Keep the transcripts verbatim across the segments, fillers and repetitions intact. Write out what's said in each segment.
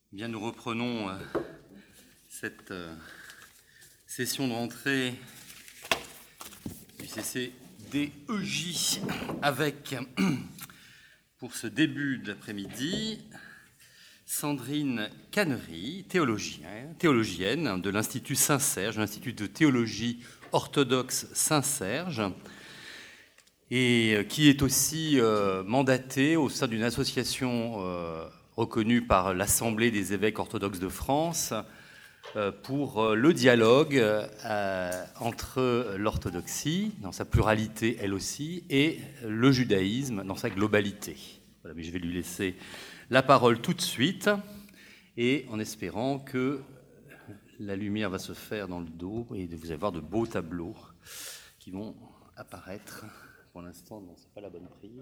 Bien, nous reprenons euh, cette euh, session de rentrée du C C D E J avec, pour ce début de l'après-midi, Sandrine Cannery, théologienne, théologienne de l'Institut Saint-Serge, l'Institut de théologie orthodoxe Saint-Serge, et qui est aussi euh, mandatée au sein d'une association euh, reconnue par l'Assemblée des évêques orthodoxes de France euh, pour euh, le dialogue euh, entre l'orthodoxie, dans sa pluralité elle aussi, et le judaïsme dans sa globalité. Voilà, mais je vais lui laisser la parole tout de suite, et en espérant que la lumière va se faire dans le dos et vous allez voir de beaux tableaux qui vont apparaître. Pour l'instant, ce n'est pas la bonne prise.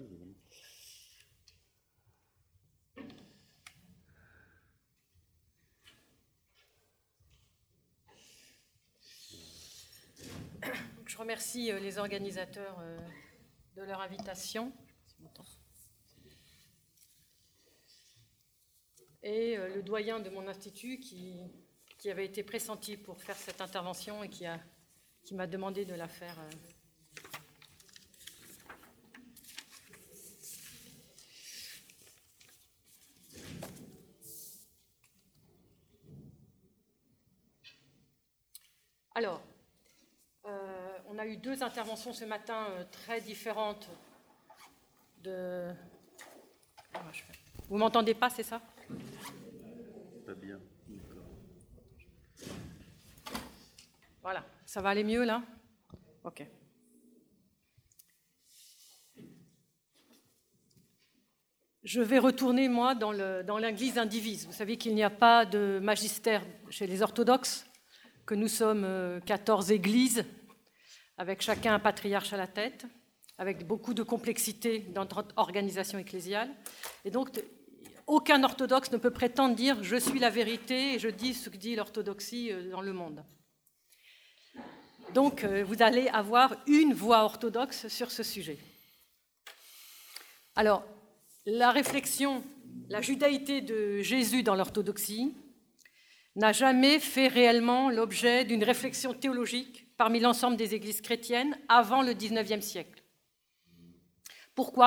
Je remercie les organisateurs de leur invitation. Et le doyen de mon institut qui, qui avait été pressenti pour faire cette intervention et qui, a, qui m'a demandé de la faire. Alors, euh, on a eu deux interventions ce matin euh, très différentes de... Vous ne m'entendez pas, c'est ça ? Pas bien. D'accord. Voilà, ça va aller mieux là ? Ok. Je vais retourner, moi, dans, le, dans l'Église indivise. Vous savez qu'il n'y a pas de magistère chez les orthodoxes, que nous sommes quatorze églises, avec chacun un patriarche à la tête, avec beaucoup de complexité dans notre organisation ecclésiale. Et donc, aucun orthodoxe ne peut prétendre dire « je suis la vérité et je dis ce que dit l'orthodoxie dans le monde ». Donc, vous allez avoir une voix orthodoxe sur ce sujet. Alors, la réflexion, la judaïté de Jésus dans l'orthodoxie n'a jamais fait réellement l'objet d'une réflexion théologique parmi l'ensemble des églises chrétiennes avant le dix-neuvième siècle. Pourquoi ?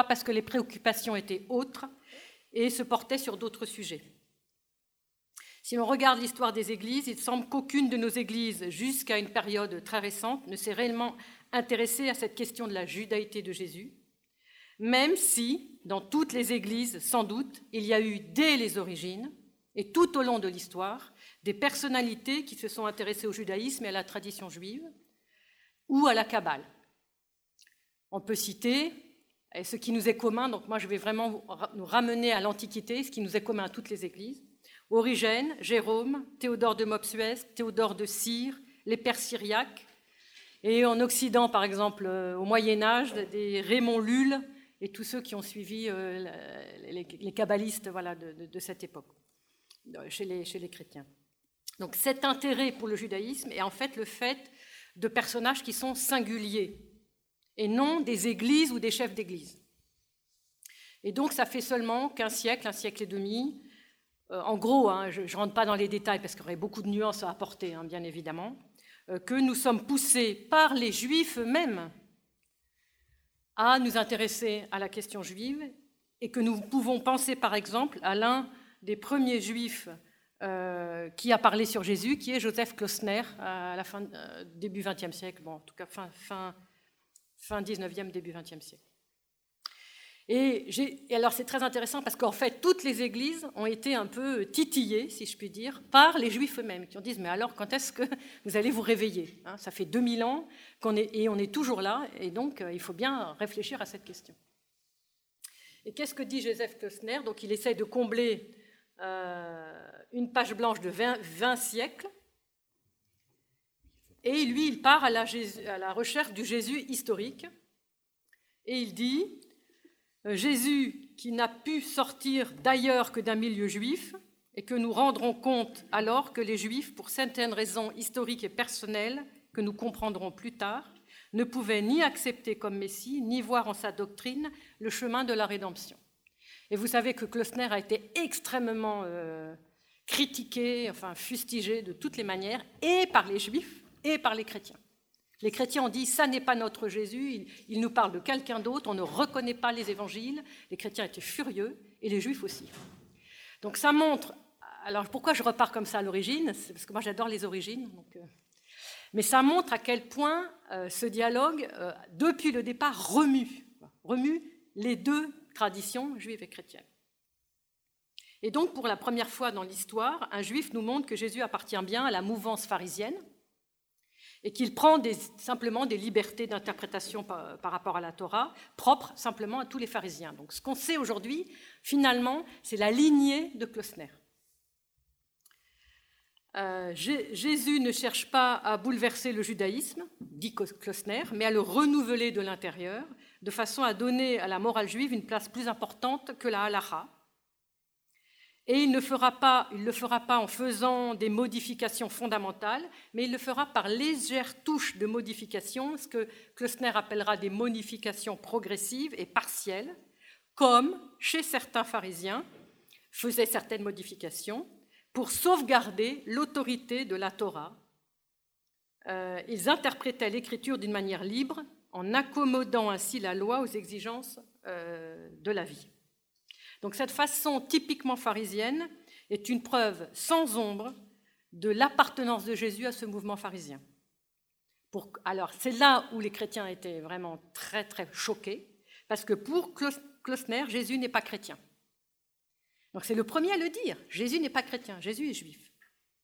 Parce que les préoccupations étaient autres et se portaient sur d'autres sujets. Si l'on regarde l'histoire des églises, il semble qu'aucune de nos églises, jusqu'à une période très récente, ne s'est réellement intéressée à cette question de la judaïté de Jésus, même si, dans toutes les églises, sans doute, il y a eu dès les origines, et tout au long de l'histoire, des personnalités qui se sont intéressées au judaïsme et à la tradition juive, ou à la Kabbale. On peut citer ce qui nous est commun, donc moi je vais vraiment nous ramener à l'Antiquité, ce qui nous est commun à toutes les églises. Origène, Jérôme, Théodore de Mopsuès, Théodore de Cire, les pères syriaques, et en Occident, par exemple, au Moyen-Âge, des Raymond Lulle et tous ceux qui ont suivi les, les kabbalistes voilà, de, de, de cette époque, chez les, chez les chrétiens. Donc cet intérêt pour le judaïsme est en fait le fait de personnages qui sont singuliers et non des églises ou des chefs d'église. Et donc ça fait seulement qu'un siècle, un siècle et demi, euh, en gros, hein, je ne rentre pas dans les détails parce qu'il y aurait beaucoup de nuances à apporter, hein, bien évidemment, euh, que nous sommes poussés par les Juifs eux-mêmes à nous intéresser à la question juive et que nous pouvons penser par exemple à l'un des premiers Juifs Euh, qui a parlé sur Jésus, qui est Joseph Klausner, à la fin, euh, début vingtième siècle, bon, en tout cas fin, fin, fin dix-neuvième, début vingtième siècle. Et, j'ai, et alors c'est très intéressant parce qu'en fait, toutes les églises ont été un peu titillées, si je puis dire, par les Juifs eux-mêmes, qui ont dit « mais alors, quand est-ce que vous allez vous réveiller hein, ça fait deux mille ans qu'on est, et on est toujours là, et donc euh, il faut bien réfléchir à cette question. » Et qu'est-ce que dit Joseph Klausner ? Donc il essaie de combler Euh, une page blanche de vingt, vingt siècles, et lui, il part à la, Jésus, à la recherche du Jésus historique, et il dit euh, « Jésus qui n'a pu sortir d'ailleurs que d'un milieu juif, et que nous rendrons compte alors que les Juifs, pour certaines raisons historiques et personnelles, que nous comprendrons plus tard, ne pouvaient ni accepter comme Messie, ni voir en sa doctrine le chemin de la rédemption. » Et vous savez que Klausner a été extrêmement euh, critiqué, enfin fustigé de toutes les manières, et par les Juifs et par les chrétiens. Les chrétiens ont dit « ça n'est pas notre Jésus, il, il nous parle de quelqu'un d'autre, on ne reconnaît pas les évangiles ». Les chrétiens étaient furieux, et les Juifs aussi. Donc ça montre... Alors pourquoi je repars comme ça à l'origine? C'est parce que moi j'adore les origines. Donc, euh, mais ça montre à quel point euh, ce dialogue, euh, depuis le départ, remue, remue les deux traditions, juive et chrétienne. Et donc, pour la première fois dans l'histoire, un juif nous montre que Jésus appartient bien à la mouvance pharisienne et qu'il prend des, simplement des libertés d'interprétation par, par rapport à la Torah, propres simplement à tous les pharisiens. Donc, ce qu'on sait aujourd'hui, finalement, c'est la lignée de Klosner. Euh, Jésus ne cherche pas à bouleverser le judaïsme, dit Klosner, mais à le renouveler de l'intérieur, de façon à donner à la morale juive une place plus importante que la halacha. Et il ne fera pas, il le fera pas en faisant des modifications fondamentales, mais il le fera par légères touches de modification, ce que Klosner appellera des modifications progressives et partielles, comme chez certains pharisiens faisaient certaines modifications, pour sauvegarder l'autorité de la Torah. Euh, ils interprétaient l'Écriture d'une manière libre, en accommodant ainsi la loi aux exigences euh, de la vie. Donc cette façon typiquement pharisienne est une preuve sans ombre de l'appartenance de Jésus à ce mouvement pharisien. Pour, alors c'est là où les chrétiens étaient vraiment très très choqués, parce que pour Klosner, Jésus n'est pas chrétien. Donc c'est le premier à le dire, Jésus n'est pas chrétien, Jésus est juif.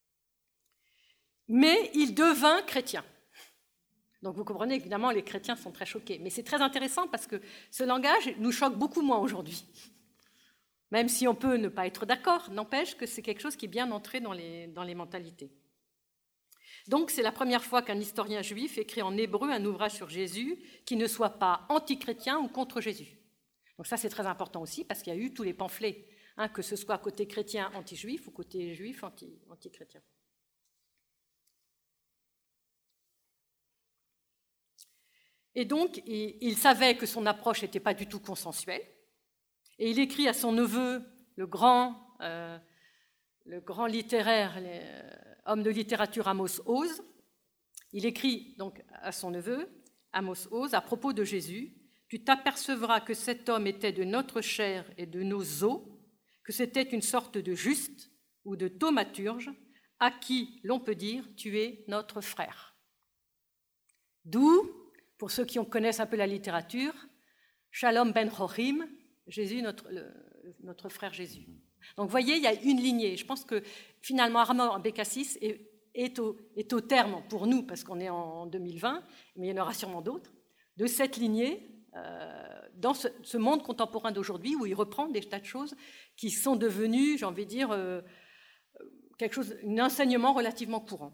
Mais il devint chrétien. Donc vous comprenez, évidemment, les chrétiens sont très choqués. Mais c'est très intéressant parce que ce langage nous choque beaucoup moins aujourd'hui. Même si on peut ne pas être d'accord, n'empêche que c'est quelque chose qui est bien entré dans les, dans les mentalités. Donc c'est la première fois qu'un historien juif écrit en hébreu un ouvrage sur Jésus qui ne soit pas anti-chrétien ou contre Jésus. Donc ça c'est très important aussi parce qu'il y a eu tous les pamphlets, hein, que ce soit côté chrétien anti-juif ou côté juif anti, anti-chrétien. Et donc, il, il savait que son approche n'était pas du tout consensuelle. Et il écrit à son neveu, le grand, euh, le grand littéraire, les, euh, homme de littérature Amos Oz. Il écrit donc à son neveu, Amos Oz, à propos de Jésus, « Tu t'apercevras que cet homme était de notre chair et de nos os, que c'était une sorte de juste ou de thaumaturge, à qui l'on peut dire « Tu es notre frère ». D'où, pour ceux qui connaissent un peu la littérature, Shalom ben Chochim, Jésus, notre, le, notre frère Jésus. Donc vous voyez, il y a une lignée. Je pense que finalement, Armand Bécassis est, est, au, est au terme pour nous, parce qu'on est en deux mille vingt, mais il y en aura sûrement d'autres, de cette lignée euh, dans ce, ce monde contemporain d'aujourd'hui, où il reprend des tas de choses qui sont devenues, j'ai envie de dire, euh, quelque chose, un enseignement relativement courant.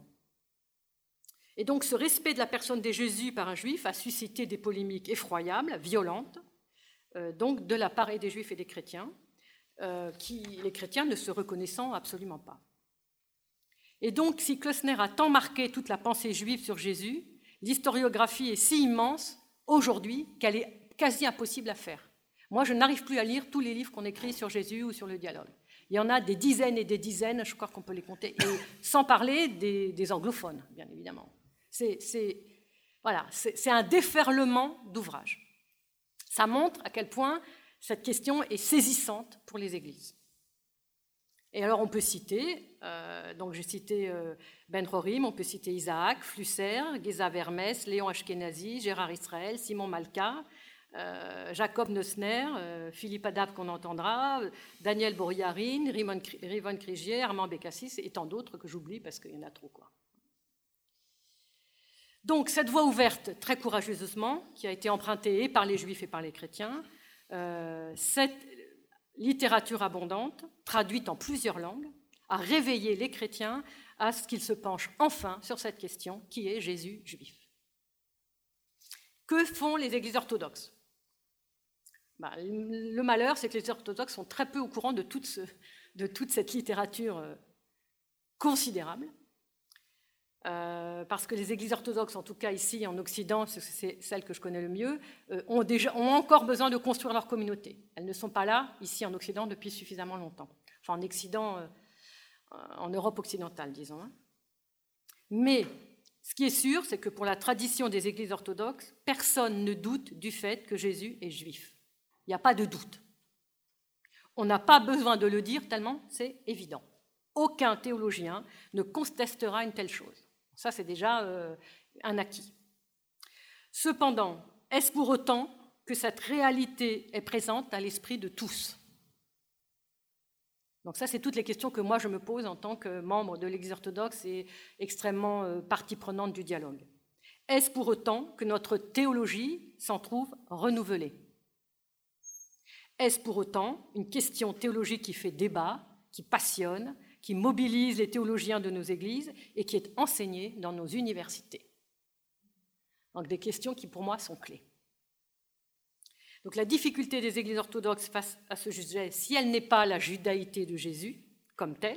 Et donc ce respect de la personne de Jésus par un juif a suscité des polémiques effroyables, violentes, euh, donc de la part et des juifs et des chrétiens, euh, qui, les chrétiens ne se reconnaissant absolument pas. Et donc si Klosner a tant marqué toute la pensée juive sur Jésus, l'historiographie est si immense aujourd'hui qu'elle est quasi impossible à faire. Moi, je n'arrive plus à lire tous les livres qu'on écrit sur Jésus ou sur le dialogue. Il y en a des dizaines et des dizaines, je crois qu'on peut les compter, et sans parler des, des anglophones, bien évidemment. C'est, c'est, voilà, c'est, c'est un déferlement d'ouvrages. Ça montre à quel point cette question est saisissante pour les églises. Et alors on peut citer, euh, donc j'ai cité euh, Ben Chorim, on peut citer Isaac, Flusser, Geza Vermès, Léon Ashkenazi, Gérard Israël, Simon Malka, euh, Jacob Neusner, euh, Philippe Adab qu'on entendra, Daniel Bourriarine, Rivon Krigier, Armand Bécassis et tant d'autres que j'oublie parce qu'il y en a trop, quoi. Donc, cette voie ouverte, très courageusement, qui a été empruntée par les juifs et par les chrétiens, euh, cette littérature abondante, traduite en plusieurs langues, a réveillé les chrétiens à ce qu'ils se penchent enfin sur cette question, qui est Jésus juif. Que font les églises orthodoxes ? Ben, le malheur, c'est que les orthodoxes sont très peu au courant de toute, ce, de toute cette littérature euh, considérable. Euh, parce que les églises orthodoxes, en tout cas ici en Occident, c'est celle que je connais le mieux, euh, ont, déjà, ont encore besoin de construire leur communauté. Elles ne sont pas là, ici en Occident, depuis suffisamment longtemps. Enfin, en Occident, euh, en Europe occidentale, disons. Hein. Mais ce qui est sûr, c'est que pour la tradition des églises orthodoxes, personne ne doute du fait que Jésus est juif. Il n'y a pas de doute. On n'a pas besoin de le dire tellement c'est évident. Aucun théologien ne contestera une telle chose. Ça, c'est déjà euh, un acquis. Cependant, est-ce pour autant que cette réalité est présente à l'esprit de tous ? Donc ça, c'est toutes les questions que moi je me pose en tant que membre de l'Église orthodoxe et extrêmement euh, partie prenante du dialogue. Est-ce pour autant que notre théologie s'en trouve renouvelée ? Est-ce pour autant une question théologique qui fait débat, qui passionne, qui mobilise les théologiens de nos églises et qui est enseignée dans nos universités ? Donc des questions qui, pour moi, sont clés. Donc la difficulté des églises orthodoxes face à ce sujet, si elle n'est pas la judaïté de Jésus comme telle,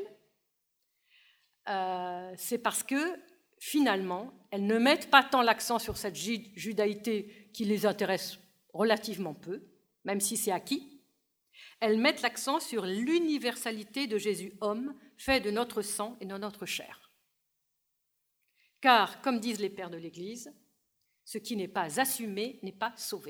euh, c'est parce que, finalement, elles ne mettent pas tant l'accent sur cette judaïté qui les intéresse relativement peu, même si c'est acquis. Elles mettent l'accent sur l'universalité de Jésus homme, fait de notre sang et de notre chair. Car, comme disent les pères de l'Église, ce qui n'est pas assumé n'est pas sauvé.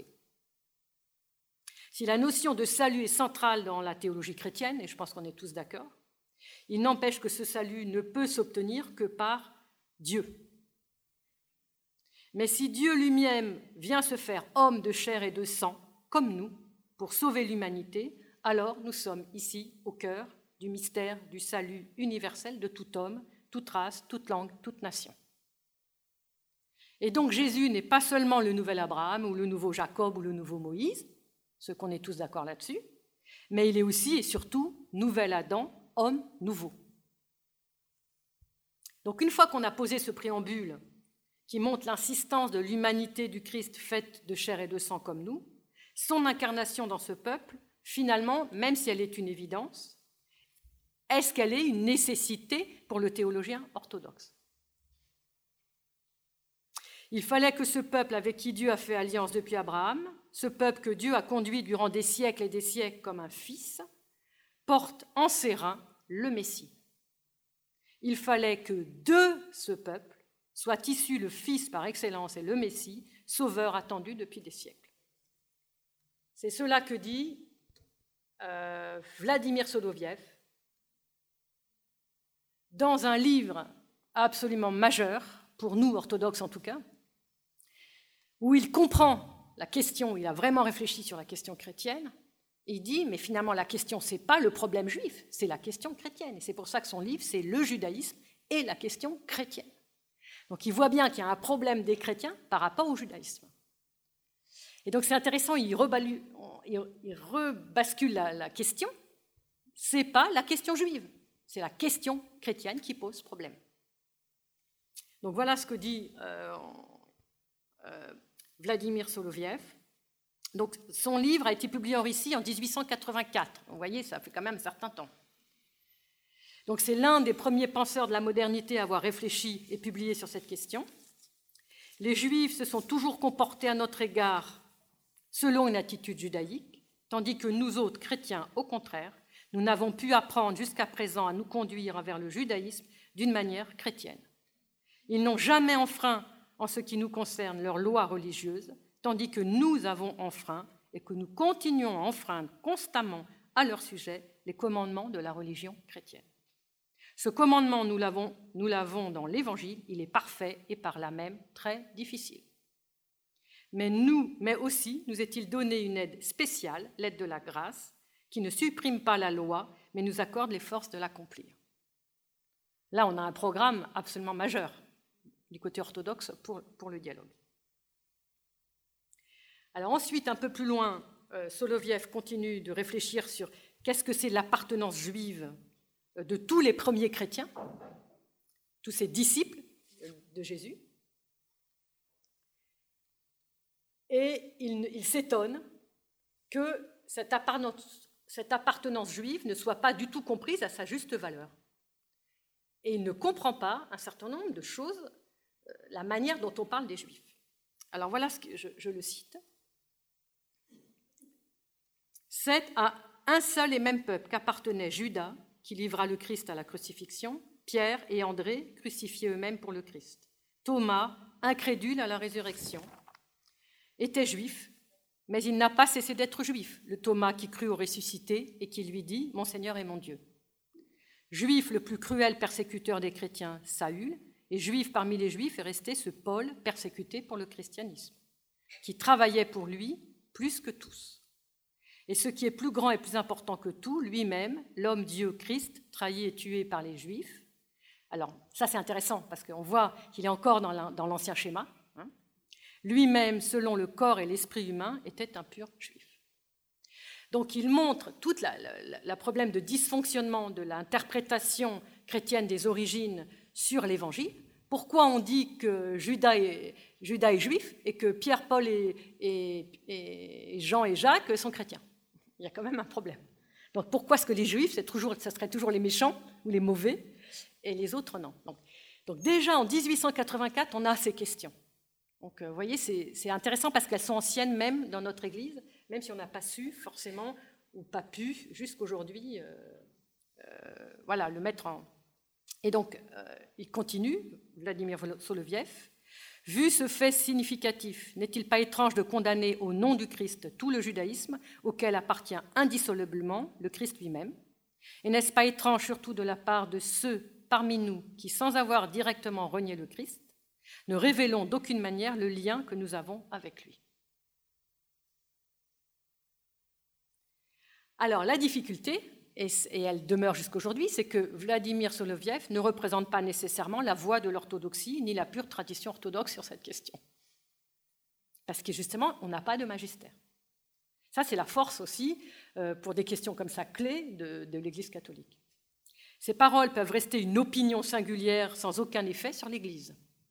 Si la notion de salut est centrale dans la théologie chrétienne, et je pense qu'on est tous d'accord, il n'empêche que ce salut ne peut s'obtenir que par Dieu. Mais si Dieu lui-même vient se faire homme de chair et de sang, comme nous, pour sauver l'humanité, alors nous sommes ici au cœur du mystère du salut universel de tout homme, toute race, toute langue, toute nation. Et donc Jésus n'est pas seulement le nouvel Abraham ou le nouveau Jacob ou le nouveau Moïse, ce qu'on est tous d'accord là-dessus, mais il est aussi et surtout nouvel Adam, homme nouveau. Donc une fois qu'on a posé ce préambule qui montre l'insistance de l'humanité du Christ faite de chair et de sang comme nous, son incarnation dans ce peuple, finalement, même si elle est une évidence, est-ce qu'elle est une nécessité pour le théologien orthodoxe ? Il fallait que ce peuple avec qui Dieu a fait alliance depuis Abraham, ce peuple que Dieu a conduit durant des siècles et des siècles comme un fils, porte en ses reins le Messie. Il fallait que de ce peuple soit issu le Fils par excellence et le Messie, sauveur attendu depuis des siècles. C'est cela que dit euh, Vladimir Soloviev dans un livre absolument majeur, pour nous orthodoxes en tout cas, où il comprend la question, il a vraiment réfléchi sur la question chrétienne, et il dit, mais finalement la question, ce n'est pas le problème juif, c'est la question chrétienne. Et c'est pour ça que son livre, c'est le judaïsme et la question chrétienne. Donc il voit bien qu'il y a un problème des chrétiens par rapport au judaïsme. Et donc c'est intéressant, il, rebalu, il, il rebascule la, la question, ce n'est pas la question juive, c'est la question chrétienne qui pose problème. Donc voilà ce que dit euh, euh, Vladimir Soloviev. Donc, son livre a été publié en Russie en dix-huit cent quatre-vingt-quatre. Vous voyez, ça fait quand même un certain temps. Donc, c'est l'un des premiers penseurs de la modernité à avoir réfléchi et publié sur cette question. Les Juifs se sont toujours comportés à notre égard selon une attitude judaïque, tandis que nous autres, chrétiens, au contraire, nous n'avons pu apprendre jusqu'à présent à nous conduire vers le judaïsme d'une manière chrétienne. Ils n'ont jamais enfreint, en ce qui nous concerne, leurs lois religieuses, tandis que nous avons enfreint et que nous continuons à enfreindre constamment à leur sujet les commandements de la religion chrétienne. Ce commandement, nous l'avons, nous l'avons dans l'Évangile, il est parfait et par là même très difficile. Mais nous, mais aussi, nous est-il donné une aide spéciale, l'aide de la grâce, qui ne supprime pas la loi, mais nous accorde les forces de l'accomplir. Là, on a un programme absolument majeur du côté orthodoxe pour, pour le dialogue. Alors ensuite, un peu plus loin, euh, Soloviev continue de réfléchir sur qu'est-ce que c'est l'appartenance juive de tous les premiers chrétiens, tous ces disciples de Jésus. Et il, il s'étonne que cette appartenance, cette appartenance juive ne soit pas du tout comprise à sa juste valeur. Et il ne comprend pas un certain nombre de choses, euh, la manière dont on parle des Juifs. Alors voilà ce que je, je le cite. C'est à un seul et même peuple qu'appartenait Judas qui livra le Christ à la crucifixion, Pierre et André, crucifiés eux-mêmes pour le Christ. Thomas, incrédule à la résurrection, était juif, mais il n'a pas cessé d'être juif, le Thomas qui crut au ressuscité et qui lui dit « Mon Seigneur et mon Dieu ». Juif, le plus cruel persécuteur des chrétiens, Saül, et juif parmi les juifs est resté ce Paul, persécuté pour le christianisme, qui travaillait pour lui plus que tous. Et ce qui est plus grand et plus important que tout, lui-même, l'homme Dieu Christ, trahi et tué par les Juifs. Alors, ça c'est intéressant, parce qu'on voit qu'il est encore dans l'ancien schéma. Hein. Lui-même, selon le corps et l'esprit humain, était un pur Juif. Donc il montre tout le problème de dysfonctionnement de l'interprétation chrétienne des origines sur l'Évangile. Pourquoi on dit que Judas est, Judas est juif et que Pierre, Paul et, et, et Jean et Jacques sont chrétiens? Il y a quand même un problème. Donc pourquoi est-ce que les juifs, c'est toujours, ça serait toujours les méchants ou les mauvais, et les autres non? Donc, donc déjà en dix-huit cent quatre-vingt-quatre, on a ces questions. Donc vous voyez, c'est, c'est intéressant parce qu'elles sont anciennes même dans notre Église, même si on n'a pas su forcément, ou pas pu, jusqu'aujourd'hui, euh, euh, voilà, le mettre en... Et donc, euh, il continue, Vladimir Soloviev, « Vu ce fait significatif, n'est-il pas étrange de condamner au nom du Christ tout le judaïsme, auquel appartient indissolublement le Christ lui-même? Et n'est-ce pas étrange surtout de la part de ceux parmi nous qui, sans avoir directement renié le Christ, ne révélons d'aucune manière le lien que nous avons avec lui ?» Alors, la difficulté, et elle demeure jusqu'aujourd'hui, c'est que Vladimir Soloviev ne représente pas nécessairement la voie de l'orthodoxie ni la pure tradition orthodoxe sur cette question. Parce que justement, on n'a pas de magistère. Ça, c'est la force aussi euh, pour des questions comme ça clés de, de l'Église catholique. Ces paroles peuvent rester une opinion singulière sans aucun effet sur l'Église.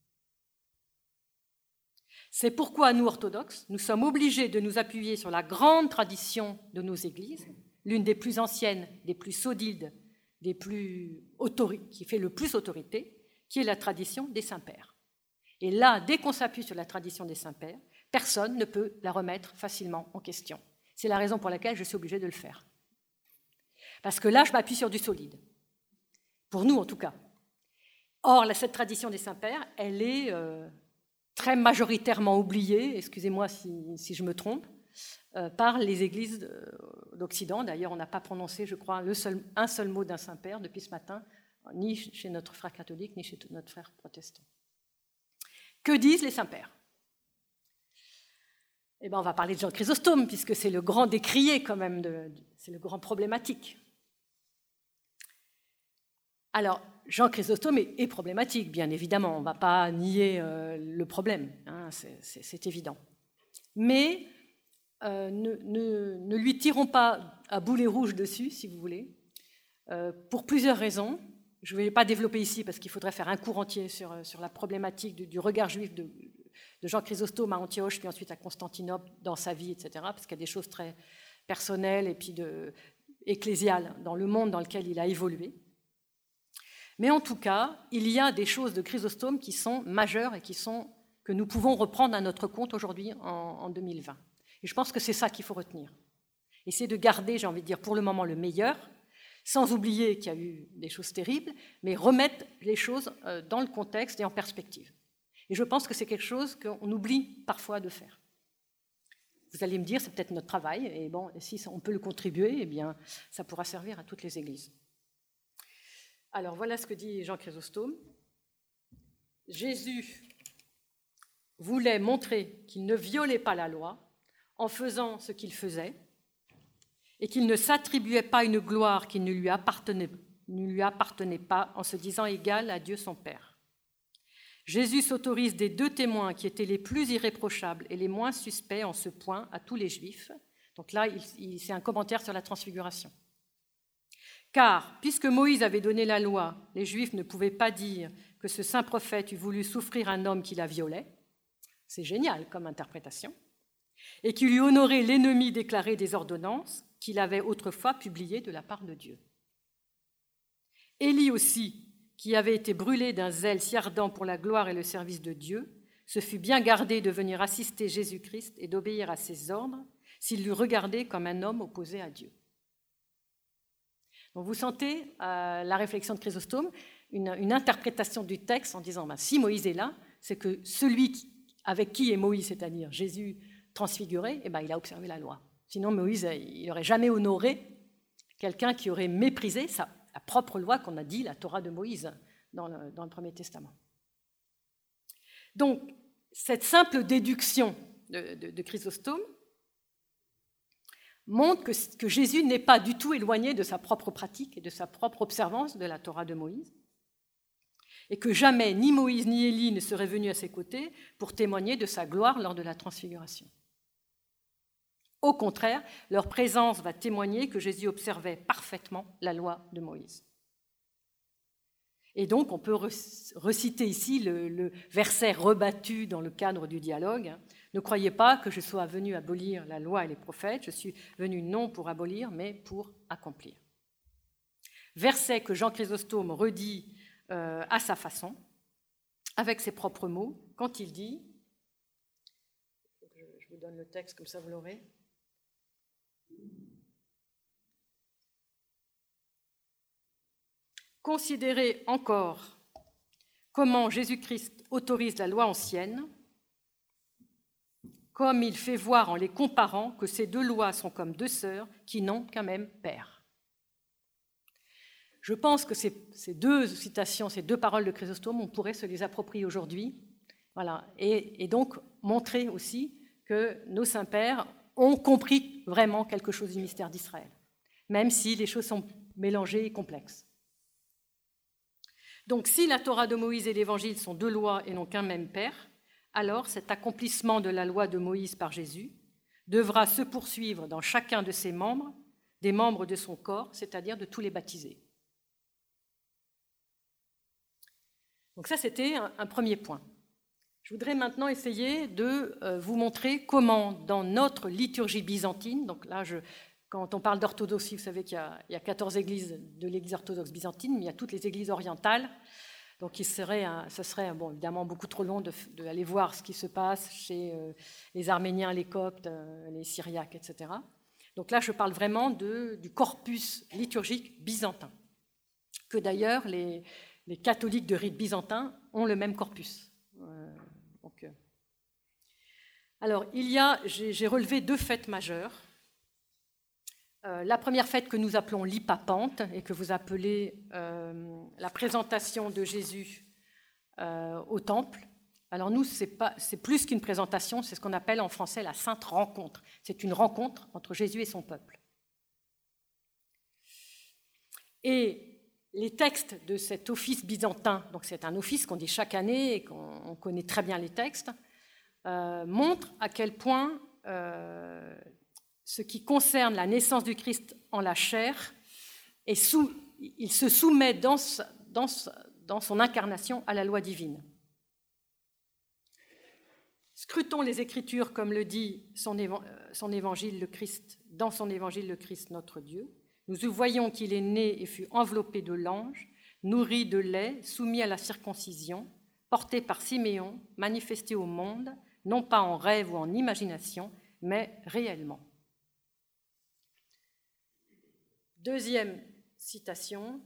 C'est pourquoi nous, orthodoxes, nous sommes obligés de nous appuyer sur la grande tradition de nos églises, l'une des plus anciennes, des plus solides, des plus autori- qui fait le plus autorité, qui est la tradition des saints-pères. Et là, dès qu'on s'appuie sur la tradition des saints-pères, personne ne peut la remettre facilement en question. C'est la raison pour laquelle je suis obligée de le faire. Parce que là, je m'appuie sur du solide. Pour nous, en tout cas. Or, cette tradition des saints-pères, elle est euh, très majoritairement oubliée, excusez-moi si, si je me trompe, euh, par les églises d'Occident. D'ailleurs, on n'a pas prononcé, je crois, le seul, un seul mot d'un Saint-Père depuis ce matin, ni chez notre frère catholique, ni chez notre frère protestant. Que disent les Saints-Pères? Eh bien, on va parler de Jean Chrysostome, puisque c'est le grand décrié quand même, de, c'est le grand problématique. Alors, Jean Chrysostome est, est problématique, bien évidemment, on ne va pas nier euh, le problème, hein, c'est, c'est, c'est évident. Mais euh, ne, ne, ne lui tirons pas à boulet rouge dessus, si vous voulez, euh, pour plusieurs raisons. Je ne vais pas développer ici, parce qu'il faudrait faire un cours entier sur, sur la problématique du, du regard juif de, de Jean Chrysostome à Antioche, puis ensuite à Constantinople, dans sa vie, et cetera, parce qu'il y a des choses très personnelles et puis de, ecclésiales dans le monde dans lequel il a évolué. Mais en tout cas, il y a des choses de Chrysostome qui sont majeures et qui sont, que nous pouvons reprendre à notre compte aujourd'hui en, en deux mille vingt. Et je pense que c'est ça qu'il faut retenir. Essayer de garder, j'ai envie de dire, pour le moment le meilleur, sans oublier qu'il y a eu des choses terribles, mais remettre les choses dans le contexte et en perspective. Et je pense que c'est quelque chose qu'on oublie parfois de faire. Vous allez me dire, c'est peut-être notre travail, et bon, si on peut le contribuer, eh bien, ça pourra servir à toutes les églises. Alors voilà ce que dit Jean Chrysostome. Jésus voulait montrer qu'il ne violait pas la loi en faisant ce qu'il faisait et qu'il ne s'attribuait pas une gloire qui ne lui appartenait, ne lui appartenait pas en se disant égal à Dieu son Père. Jésus s'autorise des deux témoins qui étaient les plus irréprochables et les moins suspects en ce point à tous les Juifs. Donc là, il, il, c'est un commentaire sur la transfiguration. Car, puisque Moïse avait donné la loi, les Juifs ne pouvaient pas dire que ce saint prophète eût voulu souffrir un homme qui la violait. C'est génial comme interprétation. Et qu'il eût honoré l'ennemi déclaré des ordonnances qu'il avait autrefois publiées de la part de Dieu. Élie aussi, qui avait été brûlé d'un zèle si ardent pour la gloire et le service de Dieu, se fut bien gardé de venir assister Jésus-Christ et d'obéir à ses ordres, s'il l'eût regardé comme un homme opposé à Dieu. Donc vous sentez euh, la réflexion de Chrysostome, une, une interprétation du texte en disant ben, si Moïse est là, c'est que celui qui, avec qui est Moïse, c'est-à-dire Jésus transfiguré, eh ben, il a observé la loi. Sinon, Moïse, il n'aurait jamais honoré quelqu'un qui aurait méprisé sa, sa propre loi qu'on a dit, la Torah de Moïse, dans le, dans le Premier Testament. Donc, cette simple déduction de, de, de Chrysostome montre que, que Jésus n'est pas du tout éloigné de sa propre pratique et de sa propre observance de la Torah de Moïse, et que jamais ni Moïse ni Élie ne seraient venus à ses côtés pour témoigner de sa gloire lors de la transfiguration. Au contraire, leur présence va témoigner que Jésus observait parfaitement la loi de Moïse. Et donc, on peut reciter ici le, le verset rebattu dans le cadre du dialogue. Ne croyez pas que je sois venu abolir la loi et les prophètes, je suis venu non pour abolir, mais pour accomplir. Verset que Jean Chrysostome redit euh, à sa façon, avec ses propres mots, quand il dit, je vous donne le texte comme ça vous l'aurez, considérez encore comment Jésus-Christ autorise la loi ancienne, comme il fait voir en les comparant que ces deux lois sont comme deux sœurs qui n'ont qu'un même père. Je pense que ces, ces deux citations, ces deux paroles de Chrysostome, on pourrait se les approprier aujourd'hui, voilà, et, et donc montrer aussi que nos saints-pères ont compris vraiment quelque chose du mystère d'Israël, même si les choses sont mélangées et complexes. Donc, si la Torah de Moïse et l'Évangile sont deux lois et n'ont qu'un même père, alors cet accomplissement de la loi de Moïse par Jésus devra se poursuivre dans chacun de ses membres, des membres de son corps, c'est-à-dire de tous les baptisés. Donc ça, c'était un, un premier point. Je voudrais maintenant essayer de euh, vous montrer comment, dans notre liturgie byzantine, donc là, je, quand on parle d'orthodoxie, vous savez qu'il y a, il y a quatorze églises de l'Église orthodoxe byzantine, mais il y a toutes les églises orientales. Donc, il serait, un, ce serait bon, évidemment beaucoup trop long d'aller voir ce qui se passe chez euh, les Arméniens, les Coptes, euh, les Syriaques, et cetera. Donc là, je parle vraiment de, du corpus liturgique byzantin, que d'ailleurs les, les catholiques de rite byzantin ont le même corpus. Euh, donc, euh. Alors, il y a, j'ai, j'ai relevé deux fêtes majeures. Euh, la première fête que nous appelons l'Hypapante et que vous appelez euh, la présentation de Jésus euh, au temple. Alors nous, c'est pas, c'est plus qu'une présentation, c'est ce qu'on appelle en français la sainte rencontre. C'est une rencontre entre Jésus et son peuple. Et les textes de cet office byzantin, donc c'est un office qu'on dit chaque année et qu'on connaît très bien les textes, euh, montrent à quel point euh, ce qui concerne la naissance du Christ en la chair, est sous, il se soumet dans, dans, dans son incarnation à la loi divine. Scrutons les Écritures comme le dit son, éva, son évangile, le Christ, dans son évangile, le Christ, notre Dieu. Nous y voyons qu'il est né et fut enveloppé de l'ange, nourri de lait, soumis à la circoncision, porté par Siméon, manifesté au monde, non pas en rêve ou en imagination, mais réellement. Deuxième citation,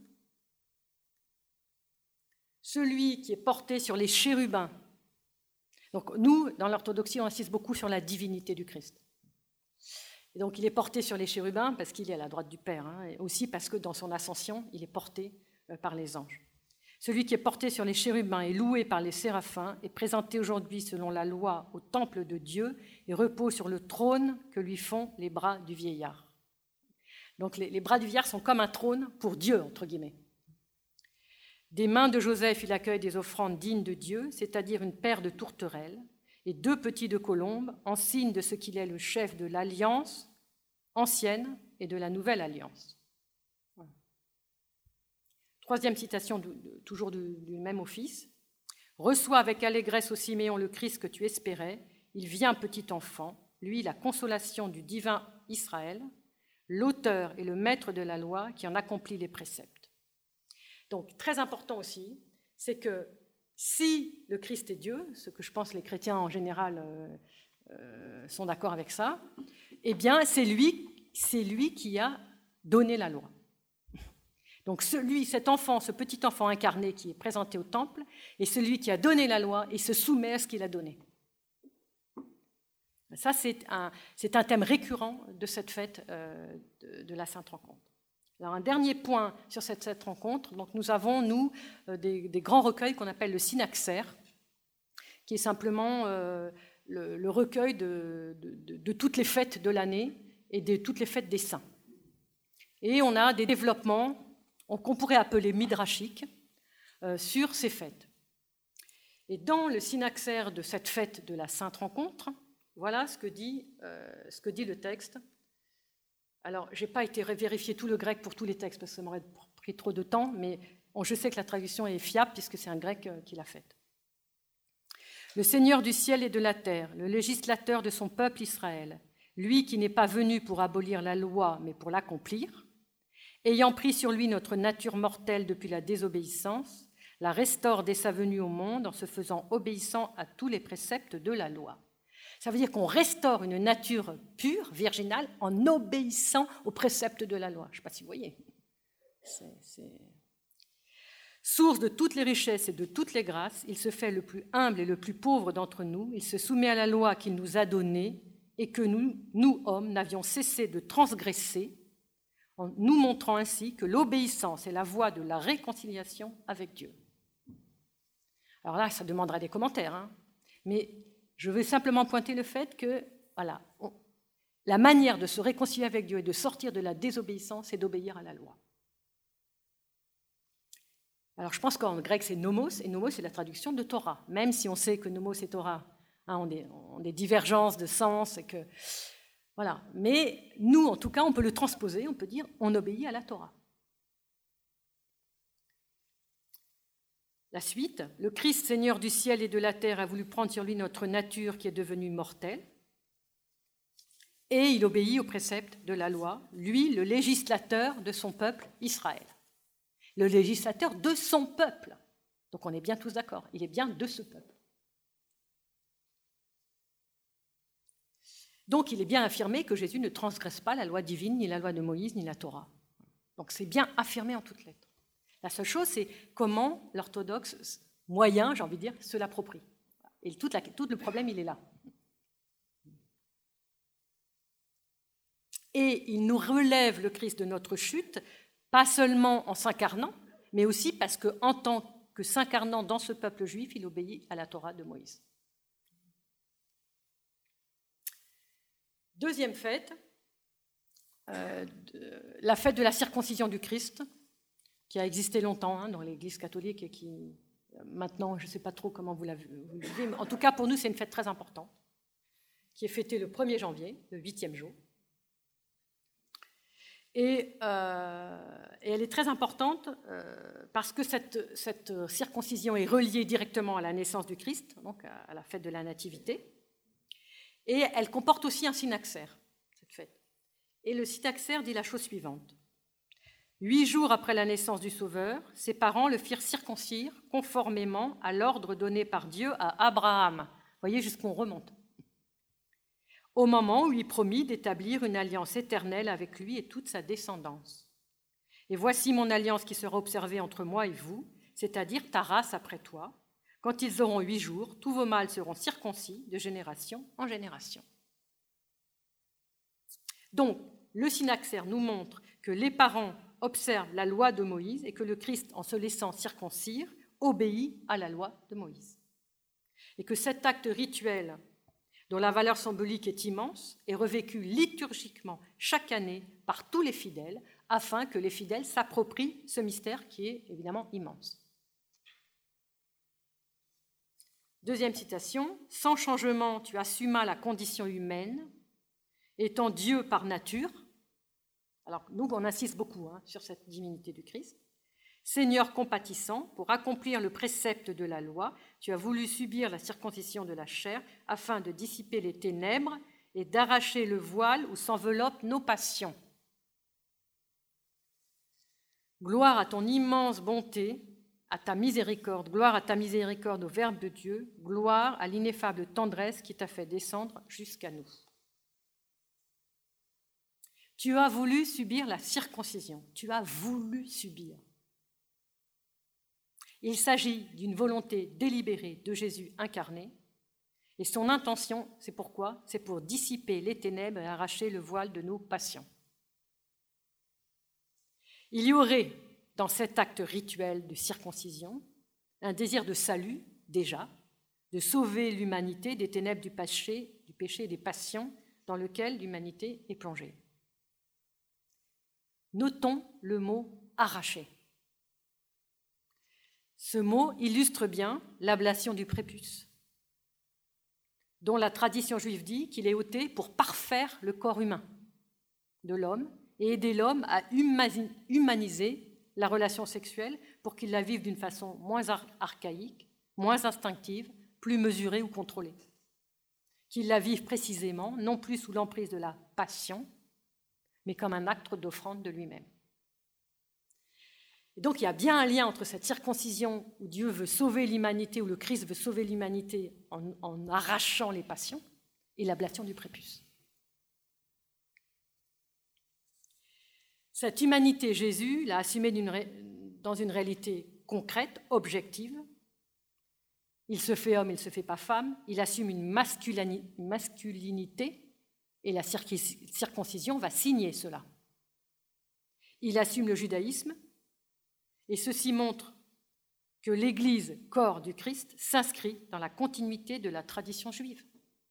celui qui est porté sur les chérubins. Donc nous, dans l'orthodoxie, on insiste beaucoup sur la divinité du Christ. Et donc il est porté sur les chérubins parce qu'il est à la droite du Père, hein, et aussi parce que dans son ascension, il est porté par les anges. Celui qui est porté sur les chérubins est loué par les séraphins, est présenté aujourd'hui selon la loi au temple de Dieu et repose sur le trône que lui font les bras du vieillard. Donc les, les bras du vieillard sont comme un trône pour Dieu, entre guillemets. Des mains de Joseph, il accueille des offrandes dignes de Dieu, c'est-à-dire une paire de tourterelles et deux petits de colombes, en signe de ce qu'il est le chef de l'alliance ancienne et de la nouvelle alliance. Voilà. Troisième citation, de, de, toujours du, du même office. « Reçois avec allégresse, ô Siméon, le Christ que tu espérais. Il vient petit enfant, lui la consolation du divin Israël, l'auteur et le maître de la loi qui en accomplit les préceptes. » Donc, très important aussi, c'est que si le Christ est Dieu, ce que je pense les chrétiens en général euh, euh, sont d'accord avec ça, eh bien, c'est lui, c'est lui qui a donné la loi. Donc celui, cet enfant, ce petit enfant incarné qui est présenté au temple, est celui qui a donné la loi et se soumet à ce qu'il a donné. Ça, c'est un, c'est un thème récurrent de cette fête euh, de, de la Sainte Rencontre. Alors, un dernier point sur cette, cette rencontre. Donc, nous avons, nous, euh, des, des grands recueils qu'on appelle le synaxaire, qui est simplement euh, le, le recueil de, de, de, de toutes les fêtes de l'année et de toutes les fêtes des saints. Et on a des développements qu'on pourrait appeler midrashiques euh, sur ces fêtes. Et dans le synaxaire de cette fête de la Sainte Rencontre, voilà ce que dit, euh, ce que dit le texte. Alors, je n'ai pas été vérifier tout le grec pour tous les textes, parce que ça m'aurait pris trop de temps, mais bon, je sais que la traduction est fiable, puisque c'est un grec euh, qui l'a faite. Le Seigneur du ciel et de la terre, le législateur de son peuple Israël, lui qui n'est pas venu pour abolir la loi, mais pour l'accomplir, ayant pris sur lui notre nature mortelle depuis la désobéissance, la restaure dès sa venue au monde en se faisant obéissant à tous les préceptes de la loi. Ça veut dire qu'on restaure une nature pure, virginale, en obéissant aux préceptes de la loi. Je ne sais pas si vous voyez. C'est, c'est... Source de toutes les richesses et de toutes les grâces, il se fait le plus humble et le plus pauvre d'entre nous. Il se soumet à la loi qu'il nous a donnée et que nous, nous hommes, n'avions cessé de transgresser, en nous montrant ainsi que l'obéissance est la voie de la réconciliation avec Dieu. Alors là, ça demandera des commentaires, hein, mais je veux simplement pointer le fait que voilà, on, la manière de se réconcilier avec Dieu et de sortir de la désobéissance, c'est d'obéir à la loi. Alors je pense qu'en grec c'est nomos, et nomos c'est la traduction de Torah, même si on sait que nomos et Torah hein, ont, des, ont des divergences de sens, et que, voilà. Mais nous en tout cas on peut le transposer, on peut dire on obéit à la Torah. La suite, le Christ, Seigneur du ciel et de la terre, a voulu prendre sur lui notre nature qui est devenue mortelle, et il obéit aux préceptes de la loi, lui, le législateur de son peuple, Israël. Le législateur de son peuple. Donc on est bien tous d'accord, il est bien de ce peuple. Donc il est bien affirmé que Jésus ne transgresse pas la loi divine, ni la loi de Moïse, ni la Torah. Donc c'est bien affirmé en toutes lettres. La seule chose, c'est comment l'orthodoxe moyen, j'ai envie de dire, se l'approprie. Et toute la, tout le problème, il est là. Et il nous relève le Christ de notre chute, pas seulement en s'incarnant, mais aussi parce qu'en tant que s'incarnant dans ce peuple juif, il obéit à la Torah de Moïse. Deuxième fête, euh, de, la fête de la circoncision du Christ, qui a existé longtemps hein, dans l'Église catholique et qui, maintenant, je ne sais pas trop comment vous la vivez, mais en tout cas, pour nous, c'est une fête très importante, qui est fêtée le premier janvier, le huitième jour. Et, euh, et elle est très importante euh, parce que cette, cette circoncision est reliée directement à la naissance du Christ, donc à, à la fête de la Nativité, et elle comporte aussi un synaxaire, cette fête. Et le synaxaire dit la chose suivante. Huit jours après la naissance du Sauveur, ses parents le firent circoncire conformément à l'ordre donné par Dieu à Abraham. Vous voyez jusqu'où on remonte. Au moment où il promit d'établir une alliance éternelle avec lui et toute sa descendance. Et voici mon alliance qui sera observée entre moi et vous, c'est-à-dire ta race après toi. Quand ils auront huit jours, tous vos mâles seront circoncis de génération en génération. Donc, le synaxaire nous montre que les parents observent la loi de Moïse et que le Christ, en se laissant circoncire, obéit à la loi de Moïse. Et que cet acte rituel, dont la valeur symbolique est immense, est revécu liturgiquement chaque année par tous les fidèles, afin que les fidèles s'approprient ce mystère qui est évidemment immense. Deuxième citation, « Sans changement, tu assumas la condition humaine, étant Dieu par nature. » Alors nous, on insiste beaucoup hein, sur cette divinité du Christ. « Seigneur compatissant, pour accomplir le précepte de la loi, tu as voulu subir la circoncision de la chair afin de dissiper les ténèbres et d'arracher le voile où s'enveloppent nos passions. Gloire à ton immense bonté, à ta miséricorde, gloire à ta miséricorde au Verbe de Dieu, gloire à l'ineffable tendresse qui t'a fait descendre jusqu'à nous. » Tu as voulu subir la circoncision. Tu as voulu subir. Il s'agit d'une volonté délibérée de Jésus incarné, et son intention, c'est pourquoi? C'est pour dissiper les ténèbres et arracher le voile de nos passions. Il y aurait, dans cet acte rituel de circoncision, un désir de salut, déjà, de sauver l'humanité des ténèbres du péché, du péché et des passions dans lequel l'humanité est plongée. Notons le mot « arracher ». Ce mot illustre bien l'ablation du prépuce, dont la tradition juive dit qu'il est ôté pour parfaire le corps humain de l'homme et aider l'homme à humaniser la relation sexuelle pour qu'il la vive d'une façon moins archaïque, moins instinctive, plus mesurée ou contrôlée. Qu'il la vive précisément, non plus sous l'emprise de la passion, mais comme un acte d'offrande de lui-même. Et donc il y a bien un lien entre cette circoncision où Dieu veut sauver l'humanité, où le Christ veut sauver l'humanité en, en arrachant les passions, et l'ablation du prépuce. Cette humanité, Jésus l'a assumée dans une réalité concrète, objective. Il se fait homme, il ne se fait pas femme, il assume une masculinité, et la circoncision va signer cela. Il assume le judaïsme, et ceci montre que l'Église, corps du Christ, s'inscrit dans la continuité de la tradition juive.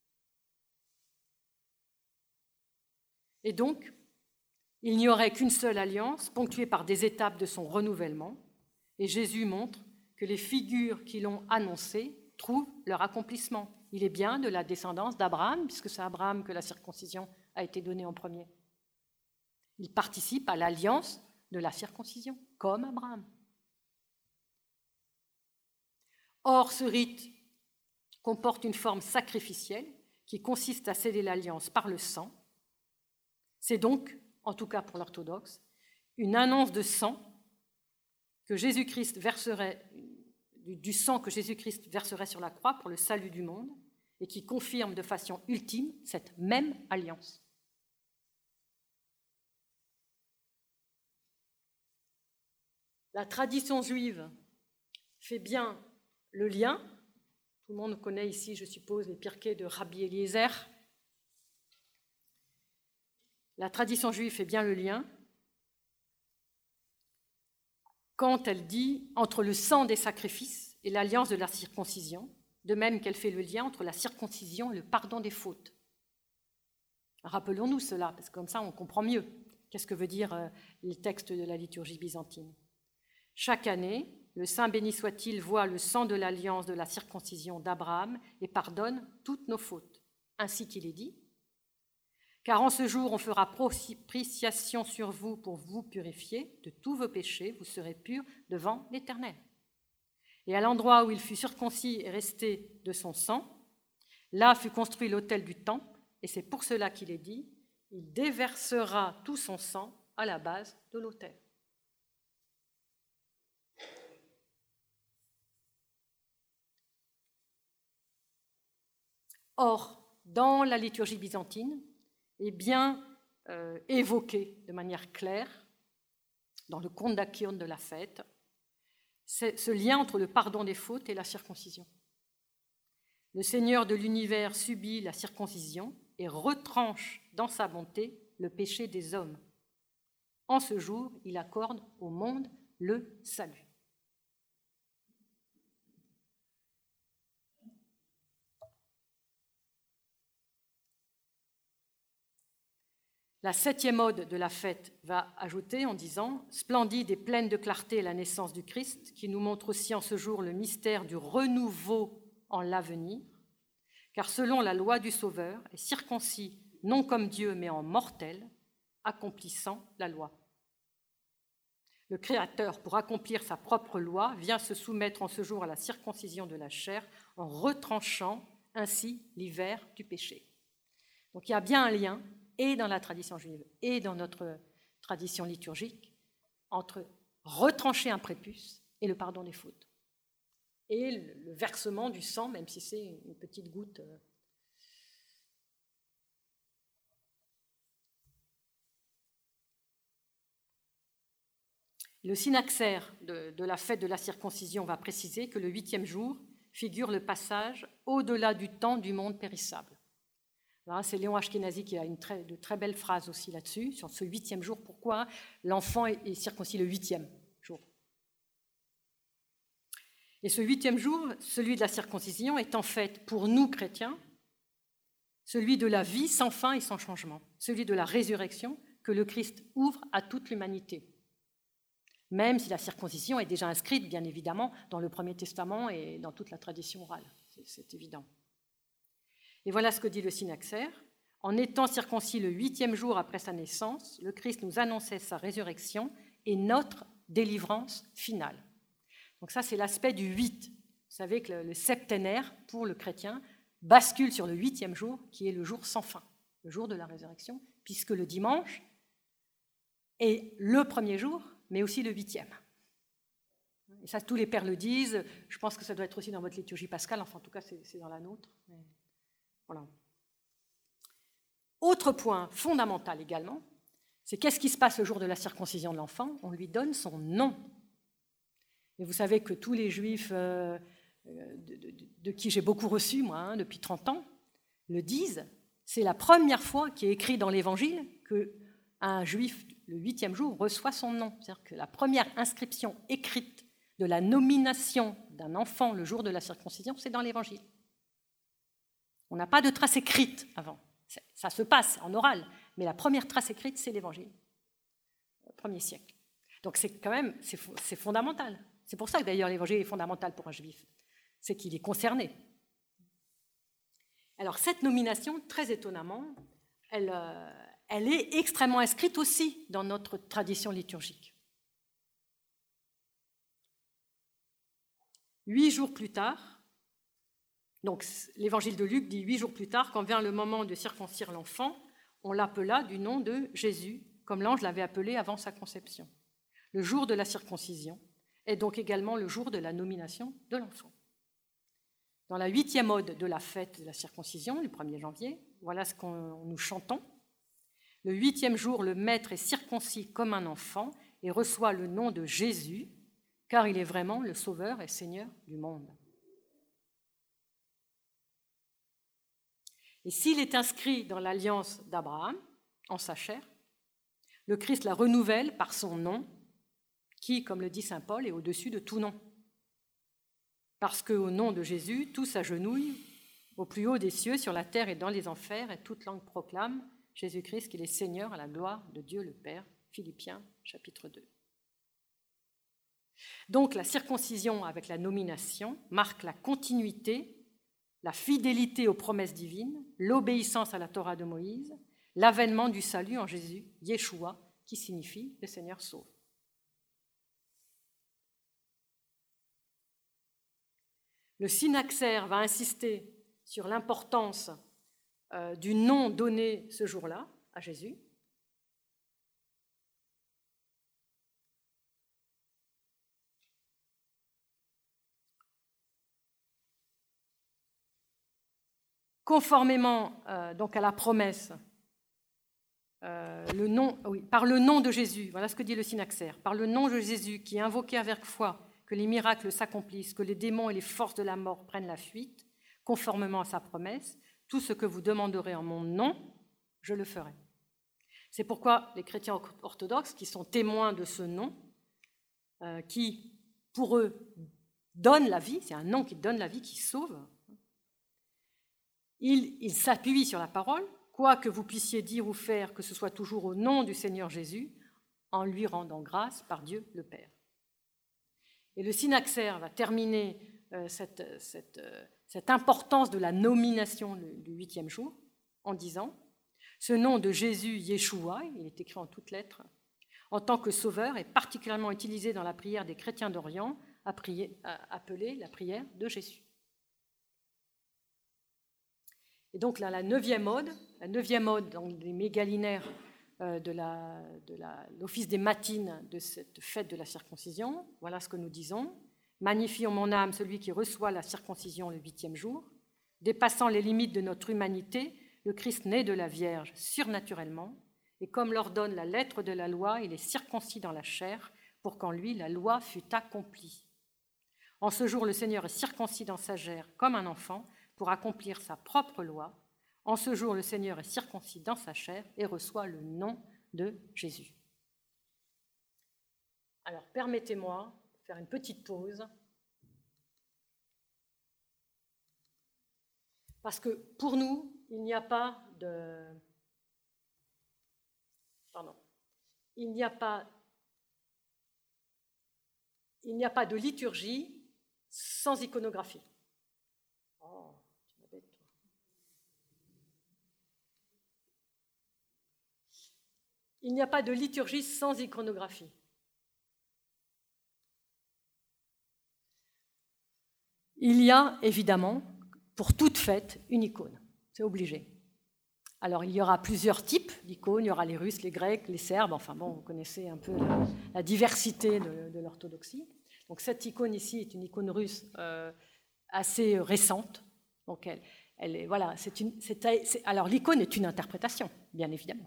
Et donc, il n'y aurait qu'une seule alliance, ponctuée par des étapes de son renouvellement, et Jésus montre que les figures qui l'ont annoncé trouvent leur accomplissement. Il est bien de la descendance d'Abraham, puisque c'est à Abraham que la circoncision a été donnée en premier. Il participe à l'alliance de la circoncision, comme Abraham. Or, ce rite comporte une forme sacrificielle qui consiste à sceller l'alliance par le sang. C'est donc, en tout cas pour l'orthodoxe, une annonce de sang que Jésus-Christ verserait, du sang que Jésus-Christ verserait sur la croix pour le salut du monde et qui confirme de façon ultime cette même alliance. La tradition juive fait bien le lien. Tout le monde connaît ici, je suppose, les pirkei de Rabbi Eliezer. La tradition juive fait bien le lien quand elle dit entre le sang des sacrifices et l'alliance de la circoncision, de même qu'elle fait le lien entre la circoncision et le pardon des fautes. Rappelons-nous cela, parce que comme ça on comprend mieux qu'est-ce que veut dire euh, le texte de la liturgie byzantine. Chaque année, le Saint béni soit-il voit le sang de l'alliance de la circoncision d'Abraham et pardonne toutes nos fautes. Ainsi qu'il est dit, car en ce jour on fera propitiation sur vous pour vous purifier de tous vos péchés, vous serez purs devant l'Éternel. Et à l'endroit où il fut circoncis et resté de son sang, là fut construit l'autel du temple, et c'est pour cela qu'il est dit, il déversera tout son sang à la base de l'autel. Or, dans la liturgie byzantine, est bien euh, évoqué de manière claire, dans le conte d'Achion de la fête, c'est ce lien entre le pardon des fautes et la circoncision. Le Seigneur de l'univers subit la circoncision et retranche dans sa bonté le péché des hommes. En ce jour, il accorde au monde le salut. La septième ode de la fête va ajouter en disant « Splendide et pleine de clarté la naissance du Christ, qui nous montre aussi en ce jour le mystère du renouveau en l'avenir, car selon la loi du Sauveur, est circoncis non comme Dieu, mais en mortel, accomplissant la loi. Le Créateur, pour accomplir sa propre loi, vient se soumettre en ce jour à la circoncision de la chair, en retranchant ainsi l'hiver du péché. » Donc il y a bien un lien et dans la tradition juive et dans notre tradition liturgique, entre retrancher un prépuce et le pardon des fautes. Et le versement du sang, même si c'est une petite goutte. Le synaxaire de, de la fête de la circoncision va préciser que le huitième jour figure le passage au-delà du temps du monde périssable. Là, c'est Léon Ashkenazi qui a une très, de très belles phrases aussi là-dessus, sur ce huitième jour, pourquoi l'enfant est, est circoncis le huitième jour. Et ce huitième jour, celui de la circoncision, est en fait, pour nous chrétiens, celui de la vie sans fin et sans changement, celui de la résurrection que le Christ ouvre à toute l'humanité. Même si la circoncision est déjà inscrite, bien évidemment, dans le Premier Testament et dans toute la tradition orale, c'est, c'est évident. Et voilà ce que dit le synaxaire. En étant circoncis le huitième jour après sa naissance, le Christ nous annonçait sa résurrection et notre délivrance finale. Donc ça, c'est l'aspect du huit. Vous savez que le, le septénaire, pour le chrétien, bascule sur le huitième jour, qui est le jour sans fin, le jour de la résurrection, puisque le dimanche est le premier jour, mais aussi le huitième. Et ça, tous les pères le disent. Je pense que ça doit être aussi dans votre liturgie pascale. Enfin, en tout cas, c'est, c'est dans la nôtre. Mais voilà. Autre point fondamental également, c'est qu'est-ce qui se passe le jour de la circoncision de l'enfant ? On lui donne son nom. Et vous savez que tous les juifs euh, de, de, de qui j'ai beaucoup reçu, moi, hein, depuis trente ans, le disent. C'est la première fois qu'il est écrit dans l'Évangile qu'un juif, le huitième jour, reçoit son nom. C'est-à-dire que la première inscription écrite de la nomination d'un enfant le jour de la circoncision, c'est dans l'Évangile. On n'a pas de trace écrite avant. Ça se passe en oral, mais la première trace écrite, c'est l'Évangile, au premier siècle. Donc c'est quand même, c'est, c'est fondamental. C'est pour ça que d'ailleurs l'Évangile est fondamental pour un juif, c'est qu'il est concerné. Alors cette nomination, très étonnamment, elle, euh, elle est extrêmement inscrite aussi dans notre tradition liturgique. Huit jours plus tard, donc l'Évangile de Luc dit huit jours plus tard, quand vient le moment de circoncire l'enfant, on l'appela du nom de Jésus, comme l'ange l'avait appelé avant sa conception. Le jour de la circoncision est donc également le jour de la nomination de l'enfant. Dans la huitième ode de la fête de la circoncision, le premier janvier, voilà ce qu'on nous chantons. Le huitième jour, le maître est circoncis comme un enfant et reçoit le nom de Jésus, car il est vraiment le Sauveur et Seigneur du monde. Et s'il est inscrit dans l'alliance d'Abraham, en sa chair, le Christ la renouvelle par son nom, qui, comme le dit saint Paul, est au-dessus de tout nom. Parce qu'au nom de Jésus, tout s'agenouille au plus haut des cieux, sur la terre et dans les enfers, et toute langue proclame Jésus-Christ qu'il est Seigneur à la gloire de Dieu le Père. Philippiens, chapitre deux. Donc la circoncision avec la nomination marque la continuité, la fidélité aux promesses divines, l'obéissance à la Torah de Moïse, l'avènement du salut en Jésus, Yeshua, qui signifie le Seigneur sauve. Le synaxaire va insister sur l'importance euh, du nom donné ce jour-là à Jésus. Conformément euh, donc à la promesse, euh, le nom, oui, par le nom de Jésus, voilà ce que dit le synaxaire, par le nom de Jésus qui est invoqué avec foi, que les miracles s'accomplissent, que les démons et les forces de la mort prennent la fuite, conformément à sa promesse, tout ce que vous demanderez en mon nom, je le ferai. C'est pourquoi les chrétiens orthodoxes, qui sont témoins de ce nom, euh, qui, pour eux, donne la vie, c'est un nom qui donne la vie, qui sauve, ils, ils s'appuient sur la parole, quoi que vous puissiez dire ou faire, que ce soit toujours au nom du Seigneur Jésus, en lui rendant grâce par Dieu le Père. Et le synaxaire va terminer euh, cette, cette, euh, cette importance de la nomination du huitième jour en disant « Ce nom de Jésus, Yeshua, il est écrit en toutes lettres, en tant que sauveur est particulièrement utilisé dans la prière des chrétiens d'Orient, à prier, à, appelée la prière de Jésus. » Et donc là, la neuvième ode, la neuvième ode dans les mégalinaires de, la, de la, l'office des matines de cette fête de la circoncision. Voilà ce que nous disons. « Magnifie en mon âme celui qui reçoit la circoncision le huitième jour. Dépassant les limites de notre humanité, le Christ naît de la Vierge surnaturellement, et comme l'ordonne la lettre de la loi, il est circoncis dans la chair pour qu'en lui la loi fût accomplie. En ce jour, le Seigneur est circoncis dans sa chair comme un enfant pour accomplir sa propre loi. En ce jour, le Seigneur est circoncis dans sa chair et reçoit le nom de Jésus. Alors, permettez-moi de faire une petite pause. Parce que pour nous, il n'y a pas de... Pardon. Il n'y a pas... Il n'y a pas de liturgie sans iconographie. Oh, tu m'embêtes, toi. Il n'y a pas de liturgie sans iconographie. Il y a évidemment, pour toute fête, une icône. C'est obligé. Alors, il y aura plusieurs types d'icônes. Il y aura les Russes, les Grecs, les Serbes. Enfin bon, vous connaissez un peu la, la diversité de, de l'orthodoxie. Donc, cette icône ici est une icône russe euh, assez récente. Donc, elle, elle est, voilà, c'est une, c'est, c'est, alors, l'icône est une interprétation, bien évidemment.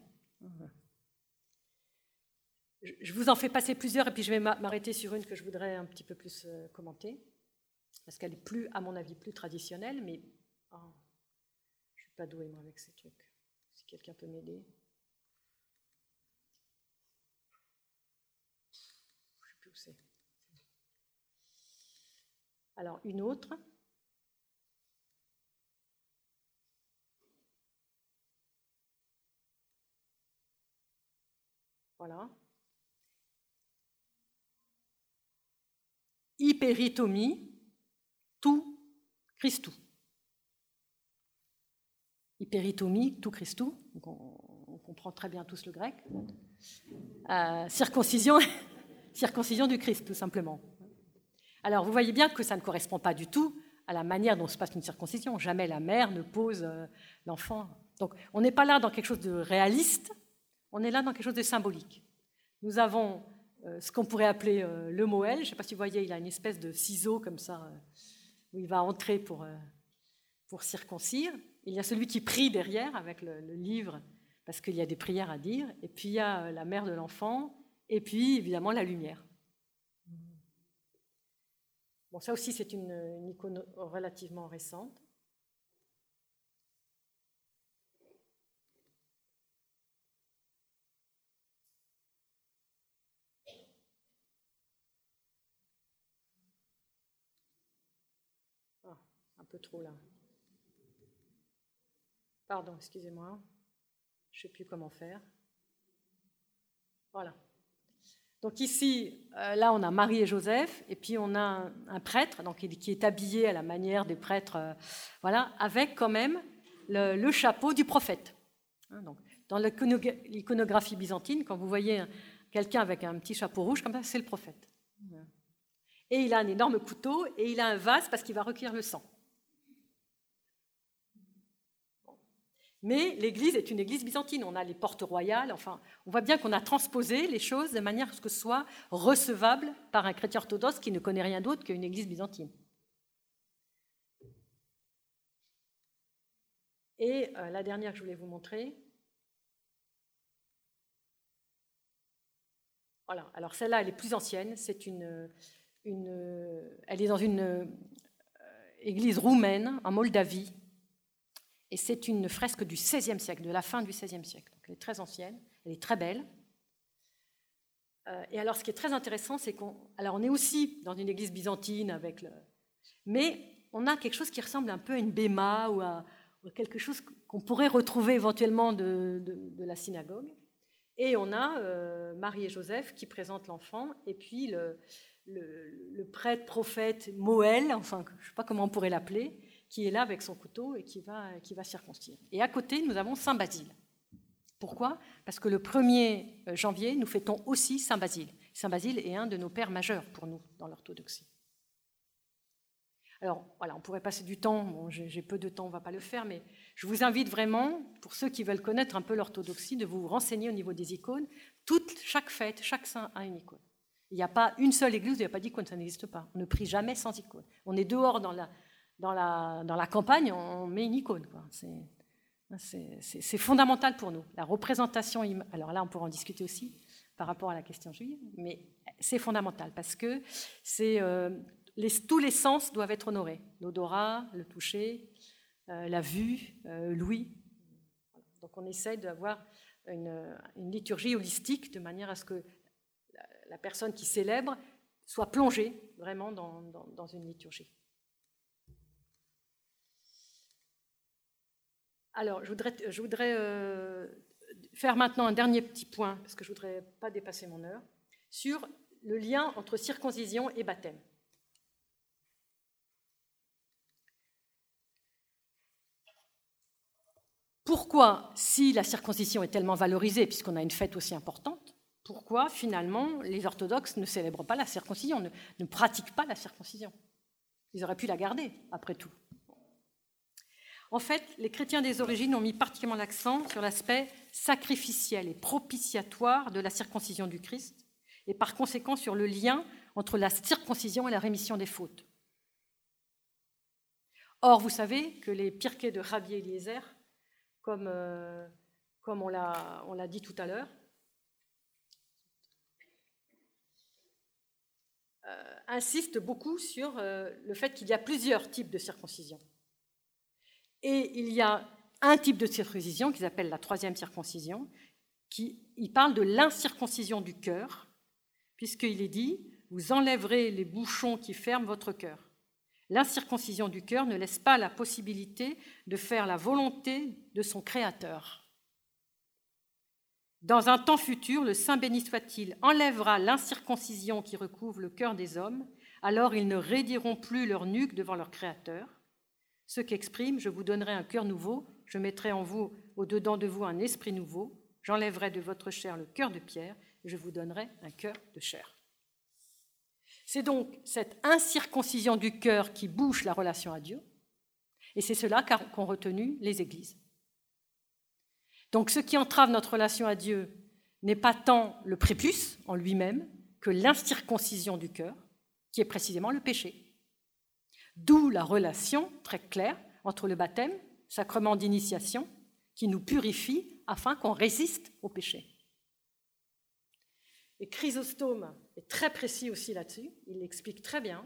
Je, je vous en fais passer plusieurs, et puis je vais m'arrêter sur une que je voudrais un petit peu plus euh, commenter, parce qu'elle est plus, à mon avis, plus traditionnelle, mais oh, je ne suis pas douée, moi, avec ces trucs. Si quelqu'un peut m'aider. Je ne sais plus où c'est. Alors, une autre. Voilà. Hyperitomie, tout Christou. Hyperitomie, tout Christou. Donc on, on comprend très bien tous le grec. Euh, circoncision, circoncision du Christ, tout simplement. Alors, vous voyez bien que ça ne correspond pas du tout à la manière dont se passe une circoncision. Jamais la mère ne pose euh, l'enfant. Donc, on n'est pas là dans quelque chose de réaliste, on est là dans quelque chose de symbolique. Nous avons euh, ce qu'on pourrait appeler euh, le Moël. Je ne sais pas si vous voyez, il a une espèce de ciseau comme ça, euh, où il va entrer pour, euh, pour circoncire. Il y a celui qui prie derrière avec le, le livre, parce qu'il y a des prières à dire. Et puis, il y a la mère de l'enfant, et puis, évidemment, la lumière. Bon, ça aussi, c'est une, une icône relativement récente. Ah, un peu trop là. Pardon, excusez-moi. Je ne sais plus comment faire. Voilà. Donc ici, euh, là, on a Marie et Joseph, et puis on a un, un prêtre donc, qui est habillé à la manière des prêtres, euh, voilà, avec quand même le, le chapeau du prophète. Hein, donc, dans l'iconographie byzantine, quand vous voyez quelqu'un avec un petit chapeau rouge, comme ça, c'est le prophète. Et il a un énorme couteau, et il a un vase parce qu'il va recueillir le sang. Mais l'Église est une Église byzantine. On a les portes royales. Enfin, on voit bien qu'on a transposé les choses de manière à ce que ce soit recevable par un chrétien orthodoxe qui ne connaît rien d'autre qu'une Église byzantine. Et euh, la dernière que je voulais vous montrer. Voilà. Alors celle-là, elle est plus ancienne. C'est une, une, elle est dans une euh, église roumaine en Moldavie. Et c'est une fresque du seizième siècle, de la fin du seizième siècle. Donc elle est très ancienne, elle est très belle. Euh, et alors, ce qui est très intéressant, c'est qu'on alors on est aussi dans une église byzantine, avec le, mais on a quelque chose qui ressemble un peu à une béma ou à, ou à quelque chose qu'on pourrait retrouver éventuellement de, de, de la synagogue. Et on a euh, Marie et Joseph qui présentent l'enfant, et puis le, le, le prêtre prophète Moël, enfin, je ne sais pas comment on pourrait l'appeler, qui est là avec son couteau et qui va, qui va circoncire. Et à côté, nous avons Saint Basile. Pourquoi ? Parce que le premier janvier, nous fêtons aussi Saint Basile. Saint Basile est un de nos pères majeurs pour nous dans l'orthodoxie. Alors, voilà, on pourrait passer du temps, bon, j'ai, j'ai peu de temps, on ne va pas le faire, mais je vous invite vraiment, pour ceux qui veulent connaître un peu l'orthodoxie, de vous renseigner au niveau des icônes. Toute, chaque fête, chaque saint a une icône. Il n'y a pas une seule église où il n'y a pas d'icône, ça n'existe pas. On ne prie jamais sans icône. On est dehors dans la... Dans la, dans la campagne, on met une icône. Quoi. C'est, c'est, c'est, c'est fondamental pour nous. La représentation, alors là, on pourra en discuter aussi, par rapport à la question juive, mais c'est fondamental parce que c'est, euh, les, tous les sens doivent être honorés. L'odorat, le toucher, euh, la vue, euh, l'ouïe. Donc on essaie d'avoir une, une liturgie holistique de manière à ce que la, la personne qui célèbre soit plongée vraiment dans, dans, dans une liturgie. Alors, je voudrais, je voudrais euh, faire maintenant un dernier petit point, parce que je ne voudrais pas dépasser mon heure, sur le lien entre circoncision et baptême. Pourquoi, si la circoncision est tellement valorisée, puisqu'on a une fête aussi importante, pourquoi finalement les orthodoxes ne célèbrent pas la circoncision, ne, ne pratiquent pas la circoncision? Ils auraient pu la garder, après tout. En fait, les chrétiens des origines ont mis particulièrement l'accent sur l'aspect sacrificiel et propitiatoire de la circoncision du Christ, et par conséquent sur le lien entre la circoncision et la rémission des fautes. Or, vous savez que les pirkei de Rabbi Eliezer, comme, euh, comme on l'a, on l'a dit tout à l'heure, euh, insistent beaucoup sur euh, le fait qu'il y a plusieurs types de circoncision. Et il y a un type de circoncision qui s'appelle la troisième circoncision, qui il parle de l'incirconcision du cœur, puisqu'il est dit « Vous enlèverez les bouchons qui ferment votre cœur ». L'incirconcision du cœur ne laisse pas la possibilité de faire la volonté de son Créateur. Dans un temps futur, le Saint béni soit-il enlèvera l'incirconcision qui recouvre le cœur des hommes, alors ils ne raidiront plus leur nuque devant leur Créateur. Ce qu'exprime « Je vous donnerai un cœur nouveau, je mettrai en vous, au-dedans de vous, un esprit nouveau, j'enlèverai de votre chair le cœur de pierre, et je vous donnerai un cœur de chair. » C'est donc cette incirconcision du cœur qui bouche la relation à Dieu, et c'est cela qu'ont retenu les Églises. Donc ce qui entrave notre relation à Dieu n'est pas tant le prépuce en lui-même que l'incirconcision du cœur, qui est précisément le péché. D'où la relation très claire entre le baptême, sacrement d'initiation, qui nous purifie afin qu'on résiste au péché. Et Chrysostome est très précis aussi là-dessus, il l'explique très bien.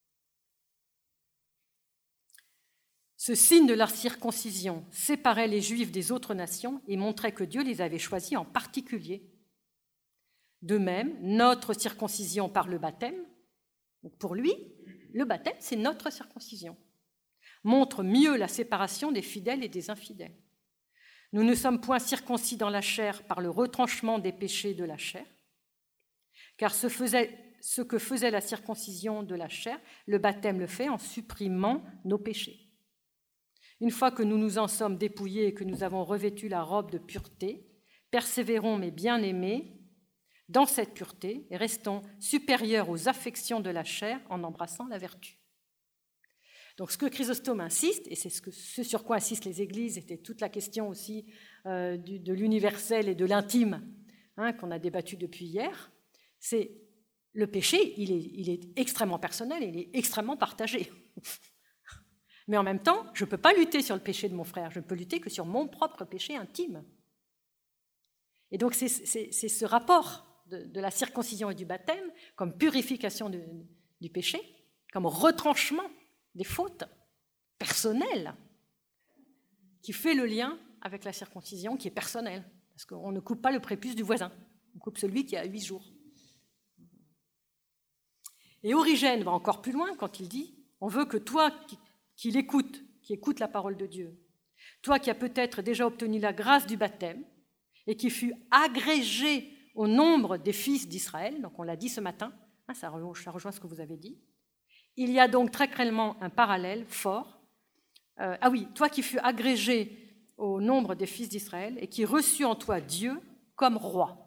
Ce signe de la circoncision séparait les Juifs des autres nations et montrait que Dieu les avait choisis en particulier. De même, notre circoncision par le baptême, donc pour lui, le baptême, c'est notre circoncision, montre mieux la séparation des fidèles et des infidèles. Nous ne sommes point circoncis dans la chair par le retranchement des péchés de la chair, car ce, faisait, ce que faisait la circoncision de la chair, le baptême le fait en supprimant nos péchés. Une fois que nous nous en sommes dépouillés et que nous avons revêtu la robe de pureté, persévérons, mes bien-aimés, dans cette pureté et restons supérieurs aux affections de la chair en embrassant la vertu. Donc ce que Chrysostome insiste, et c'est ce, que, ce sur quoi insistent les églises, c'était toute la question aussi euh, du, de l'universel et de l'intime hein, qu'on a débattu depuis hier, c'est le péché, il est, il est extrêmement personnel, il est extrêmement partagé. Mais en même temps, je ne peux pas lutter sur le péché de mon frère, je ne peux lutter que sur mon propre péché intime. Et donc c'est, c'est, c'est ce rapport de, de la circoncision et du baptême comme purification de, du péché, comme retranchement des fautes personnelles, qui fait le lien avec la circoncision qui est personnelle, parce qu'on ne coupe pas le prépuce du voisin, on coupe celui qui a huit jours. Et Origène va encore plus loin quand il dit « On veut que toi qui, qui l'écoutes, qui écoutes la parole de Dieu, toi qui as peut-être déjà obtenu la grâce du baptême et qui fus agrégé au nombre des fils d'Israël, donc on l'a dit ce matin, hein, ça, rejoint, ça rejoint ce que vous avez dit, il y a donc très clairement un parallèle fort. Euh, ah oui, toi qui fus agrégé au nombre des fils d'Israël et qui reçus en toi Dieu comme roi.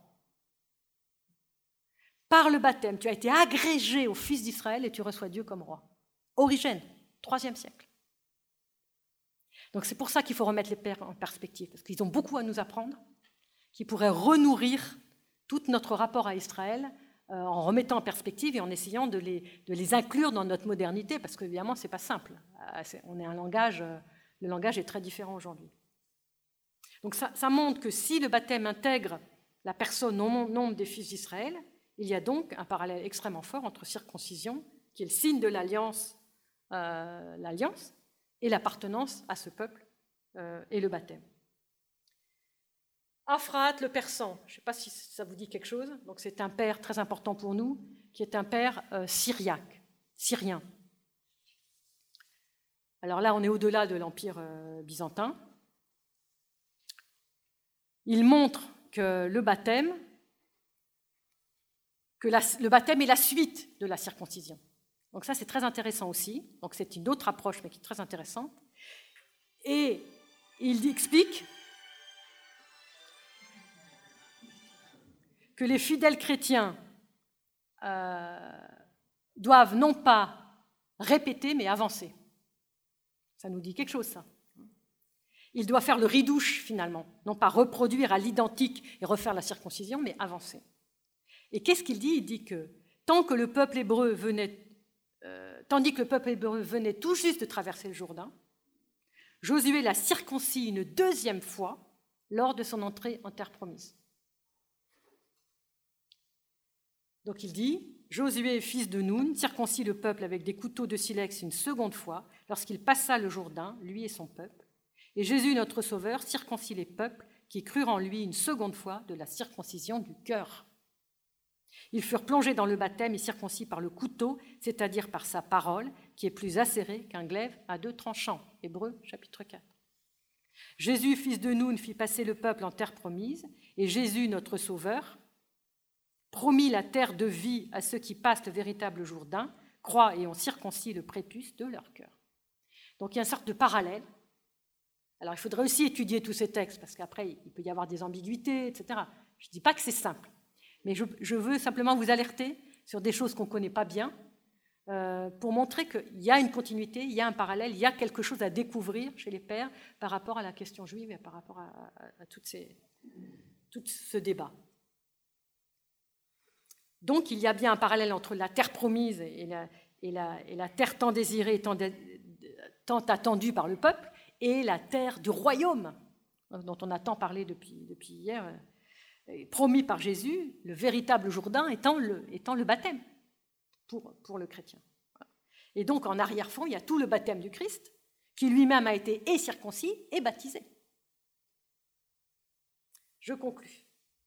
Par le baptême, tu as été agrégé aux fils d'Israël et tu reçois Dieu comme roi. Origène, troisième siècle. Donc c'est pour ça qu'il faut remettre les pères en perspective, parce qu'ils ont beaucoup à nous apprendre, qui pourraient renourrir tout notre rapport à Israël euh, en remettant en perspective et en essayant de les, de les inclure dans notre modernité, parce qu'évidemment, ce n'est pas simple. Euh, c'est, on est un langage, euh, le langage est très différent aujourd'hui. Donc ça, ça montre que si le baptême intègre la personne au nombre des fils d'Israël, il y a donc un parallèle extrêmement fort entre circoncision, qui est le signe de l'alliance, euh, l'alliance et l'appartenance à ce peuple euh, et le baptême. Aphraat le persan, je ne sais pas si ça vous dit quelque chose, donc c'est un père très important pour nous, qui est un père euh, syriaque, syrien. Alors là, on est au-delà de l'Empire euh, byzantin. Il montre que le baptême, que la, le baptême est la suite de la circoncision. Donc ça, c'est très intéressant aussi. Donc c'est une autre approche, mais qui est très intéressante. Et il explique que les fidèles chrétiens euh, doivent non pas répéter, mais avancer. Ça nous dit quelque chose, ça. Il doit faire le ridouche, finalement, non pas reproduire à l'identique et refaire la circoncision, mais avancer. Et qu'est-ce qu'il dit ? Il dit que tant que le peuple hébreu venait, euh, tandis que le peuple hébreu venait tout juste de traverser le Jourdain, Josué l'a circoncis une deuxième fois lors de son entrée en terre promise. Donc il dit, Josué, fils de Nun, circoncit le peuple avec des couteaux de silex une seconde fois lorsqu'il passa le Jourdain, lui et son peuple. Et Jésus, notre Sauveur, circoncit les peuples qui crurent en lui une seconde fois de la circoncision du cœur. Ils furent plongés dans le baptême et circoncis par le couteau, c'est-à-dire par sa parole, qui est plus acérée qu'un glaive à deux tranchants. Hébreux, chapitre quatre. Jésus, fils de Nun, fit passer le peuple en terre promise, et Jésus, notre Sauveur, promit la terre de vie à ceux qui passent le véritable Jourdain, croient et ont circoncis le prépuce de leur cœur. Donc il y a une sorte de parallèle. Alors il faudrait aussi étudier tous ces textes, parce qu'après il peut y avoir des ambiguïtés, et cetera. Je ne dis pas que c'est simple, mais je, je veux simplement vous alerter sur des choses qu'on ne connaît pas bien, euh, pour montrer qu'il y a une continuité, il y a un parallèle, il y a quelque chose à découvrir chez les pères par rapport à la question juive et par rapport à, à, à toutes ces, tout ce débat. Donc il y a bien un parallèle entre la terre promise et la, et la, et la terre tant désirée, tant, de, tant attendue par le peuple, et la terre du royaume, dont on a tant parlé depuis, depuis hier, promis par Jésus, le véritable Jourdain étant le, étant le baptême pour, pour le chrétien. Et donc en arrière-fond, il y a tout le baptême du Christ, qui lui-même a été et circoncis et baptisé. Je conclus.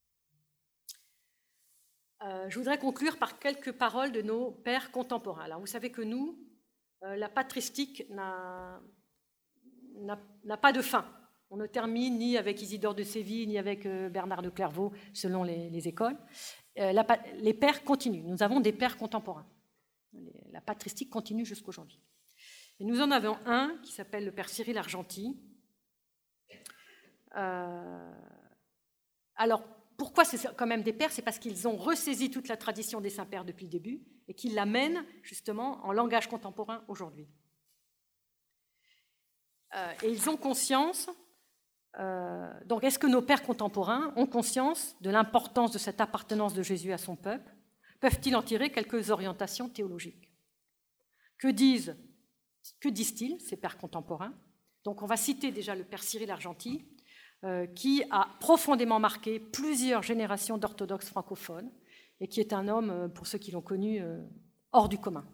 Euh, je voudrais conclure par quelques paroles de nos pères contemporains. Alors, vous savez que nous, euh, la patristique n'a, n'a, n'a pas de fin. On ne termine ni avec Isidore de Séville, ni avec euh, Bernard de Clairvaux, selon les, les écoles. Euh, la, les pères continuent. Nous avons des pères contemporains. La patristique continue jusqu'aujourd'hui. Et nous en avons un qui s'appelle le père Cyril Argenty. Euh, alors, pourquoi c'est quand même des pères ? C'est parce qu'ils ont ressaisi toute la tradition des saints-pères depuis le début et qu'ils l'amènent justement en langage contemporain aujourd'hui. Euh, et ils ont conscience, euh, donc est-ce que nos pères contemporains ont conscience de l'importance de cette appartenance de Jésus à son peuple ? Peuvent-ils en tirer quelques orientations théologiques ? Que disent, que disent-ils, ces pères contemporains ? Donc on va citer déjà le père Cyril Argenty, Euh, qui a profondément marqué plusieurs générations d'orthodoxes francophones et qui est un homme, euh, pour ceux qui l'ont connu, euh, hors du commun.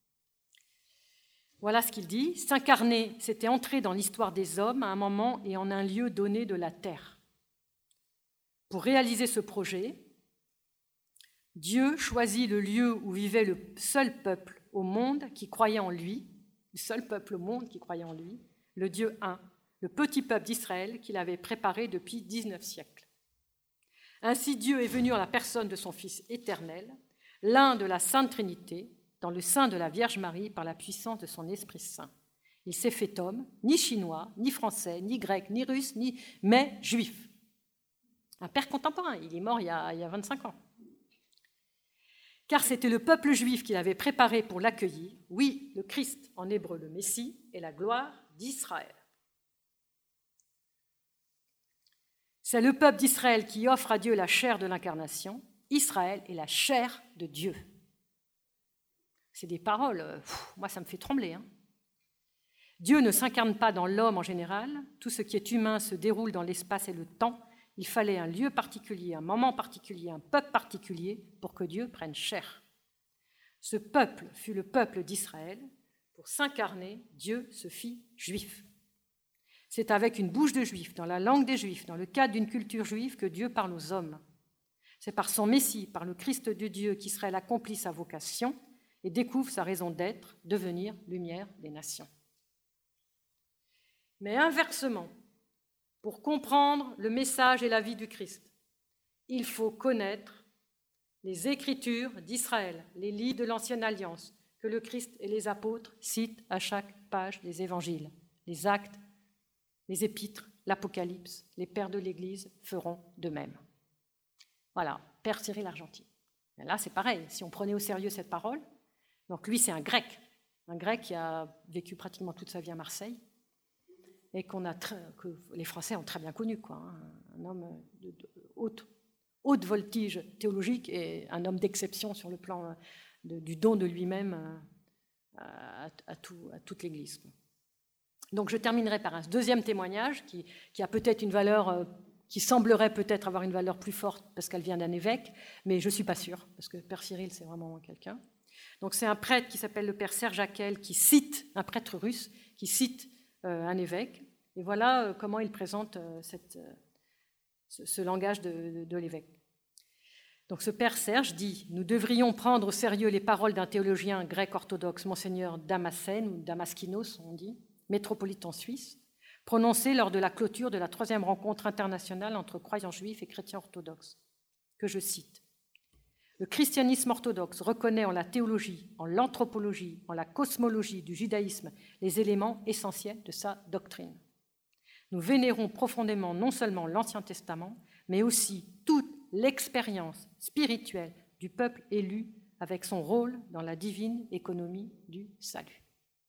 Voilà ce qu'il dit. S'incarner, c'était entrer dans l'histoire des hommes à un moment et en un lieu donné de la terre. Pour réaliser ce projet, Dieu choisit le lieu où vivait le seul peuple au monde qui croyait en lui, le seul peuple au monde qui croyait en lui, le Dieu un, le petit peuple d'Israël qu'il avait préparé depuis dix-neuf siècles. Ainsi, Dieu est venu en la personne de son Fils éternel, l'un de la Sainte Trinité, dans le sein de la Vierge Marie par la puissance de son Esprit Saint. Il s'est fait homme, ni chinois, ni français, ni grec, ni russe, ni mais juif. Un père contemporain, il est mort il y a, il y a vingt-cinq ans. Car c'était le peuple juif qu'il avait préparé pour l'accueillir. Oui, le Christ, en hébreu le Messie, est la gloire d'Israël. C'est le peuple d'Israël qui offre à Dieu la chair de l'incarnation. Israël est la chair de Dieu. C'est des paroles, pff, moi ça me fait trembler. Hein. Dieu ne s'incarne pas dans l'homme en général. Tout ce qui est humain se déroule dans l'espace et le temps. Il fallait un lieu particulier, un moment particulier, un peuple particulier pour que Dieu prenne chair. Ce peuple fut le peuple d'Israël. Pour s'incarner, Dieu se fit juif. C'est avec une bouche de juif, dans la langue des juifs, dans le cadre d'une culture juive, que Dieu parle aux hommes. C'est par son Messie, par le Christ de Dieu, qu'Israël accomplit sa vocation et découvre sa raison d'être, devenir lumière des nations. Mais inversement, pour comprendre le message et la vie du Christ, il faut connaître les Écritures d'Israël, les livres de l'Ancienne Alliance, que le Christ et les apôtres citent à chaque page des Évangiles. Les Actes, les Épîtres, l'Apocalypse, les pères de l'Église feront de même. Voilà, Père Cyril Argentin. Et là, c'est pareil, si on prenait au sérieux cette parole, donc lui, c'est un grec, un grec qui a vécu pratiquement toute sa vie à Marseille, et qu'on a très, que les Français ont très bien connu, quoi, hein, un homme de, de haute, haute voltige théologique et un homme d'exception sur le plan de, du don de lui-même à, à, à, tout, à toute l'Église, quoi. Donc je terminerai par un deuxième témoignage qui, qui a peut-être une valeur, euh, qui semblerait peut-être avoir une valeur plus forte parce qu'elle vient d'un évêque, mais je ne suis pas sûre, parce que Père Cyril, c'est vraiment quelqu'un. Donc c'est un prêtre qui s'appelle le Père Serge Hakel, qui cite, un prêtre russe, qui cite euh, un évêque, et voilà euh, comment il présente euh, cette, euh, ce, ce langage de, de, de l'évêque. Donc ce Père Serge dit « Nous devrions prendre au sérieux les paroles d'un théologien grec orthodoxe, Monseigneur Damascène, ou Damaskinos, on dit, métropolitain suisse, prononcé lors de la clôture de la troisième rencontre internationale entre croyants juifs et chrétiens orthodoxes, que je cite. Le christianisme orthodoxe reconnaît en la théologie, en l'anthropologie, en la cosmologie du judaïsme les éléments essentiels de sa doctrine. Nous vénérons profondément non seulement l'Ancien Testament, mais aussi toute l'expérience spirituelle du peuple élu avec son rôle dans la divine économie du salut. »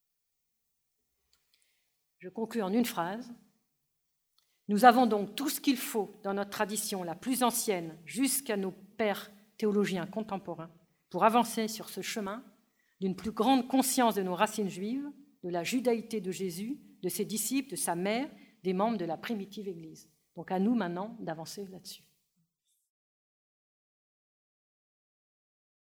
Je conclus en une phrase. Nous avons donc tout ce qu'il faut dans notre tradition la plus ancienne jusqu'à nos pères théologiens contemporains pour avancer sur ce chemin d'une plus grande conscience de nos racines juives, de la judaïté de Jésus, de ses disciples, de sa mère, des membres de la primitive Église. Donc à nous maintenant d'avancer là-dessus.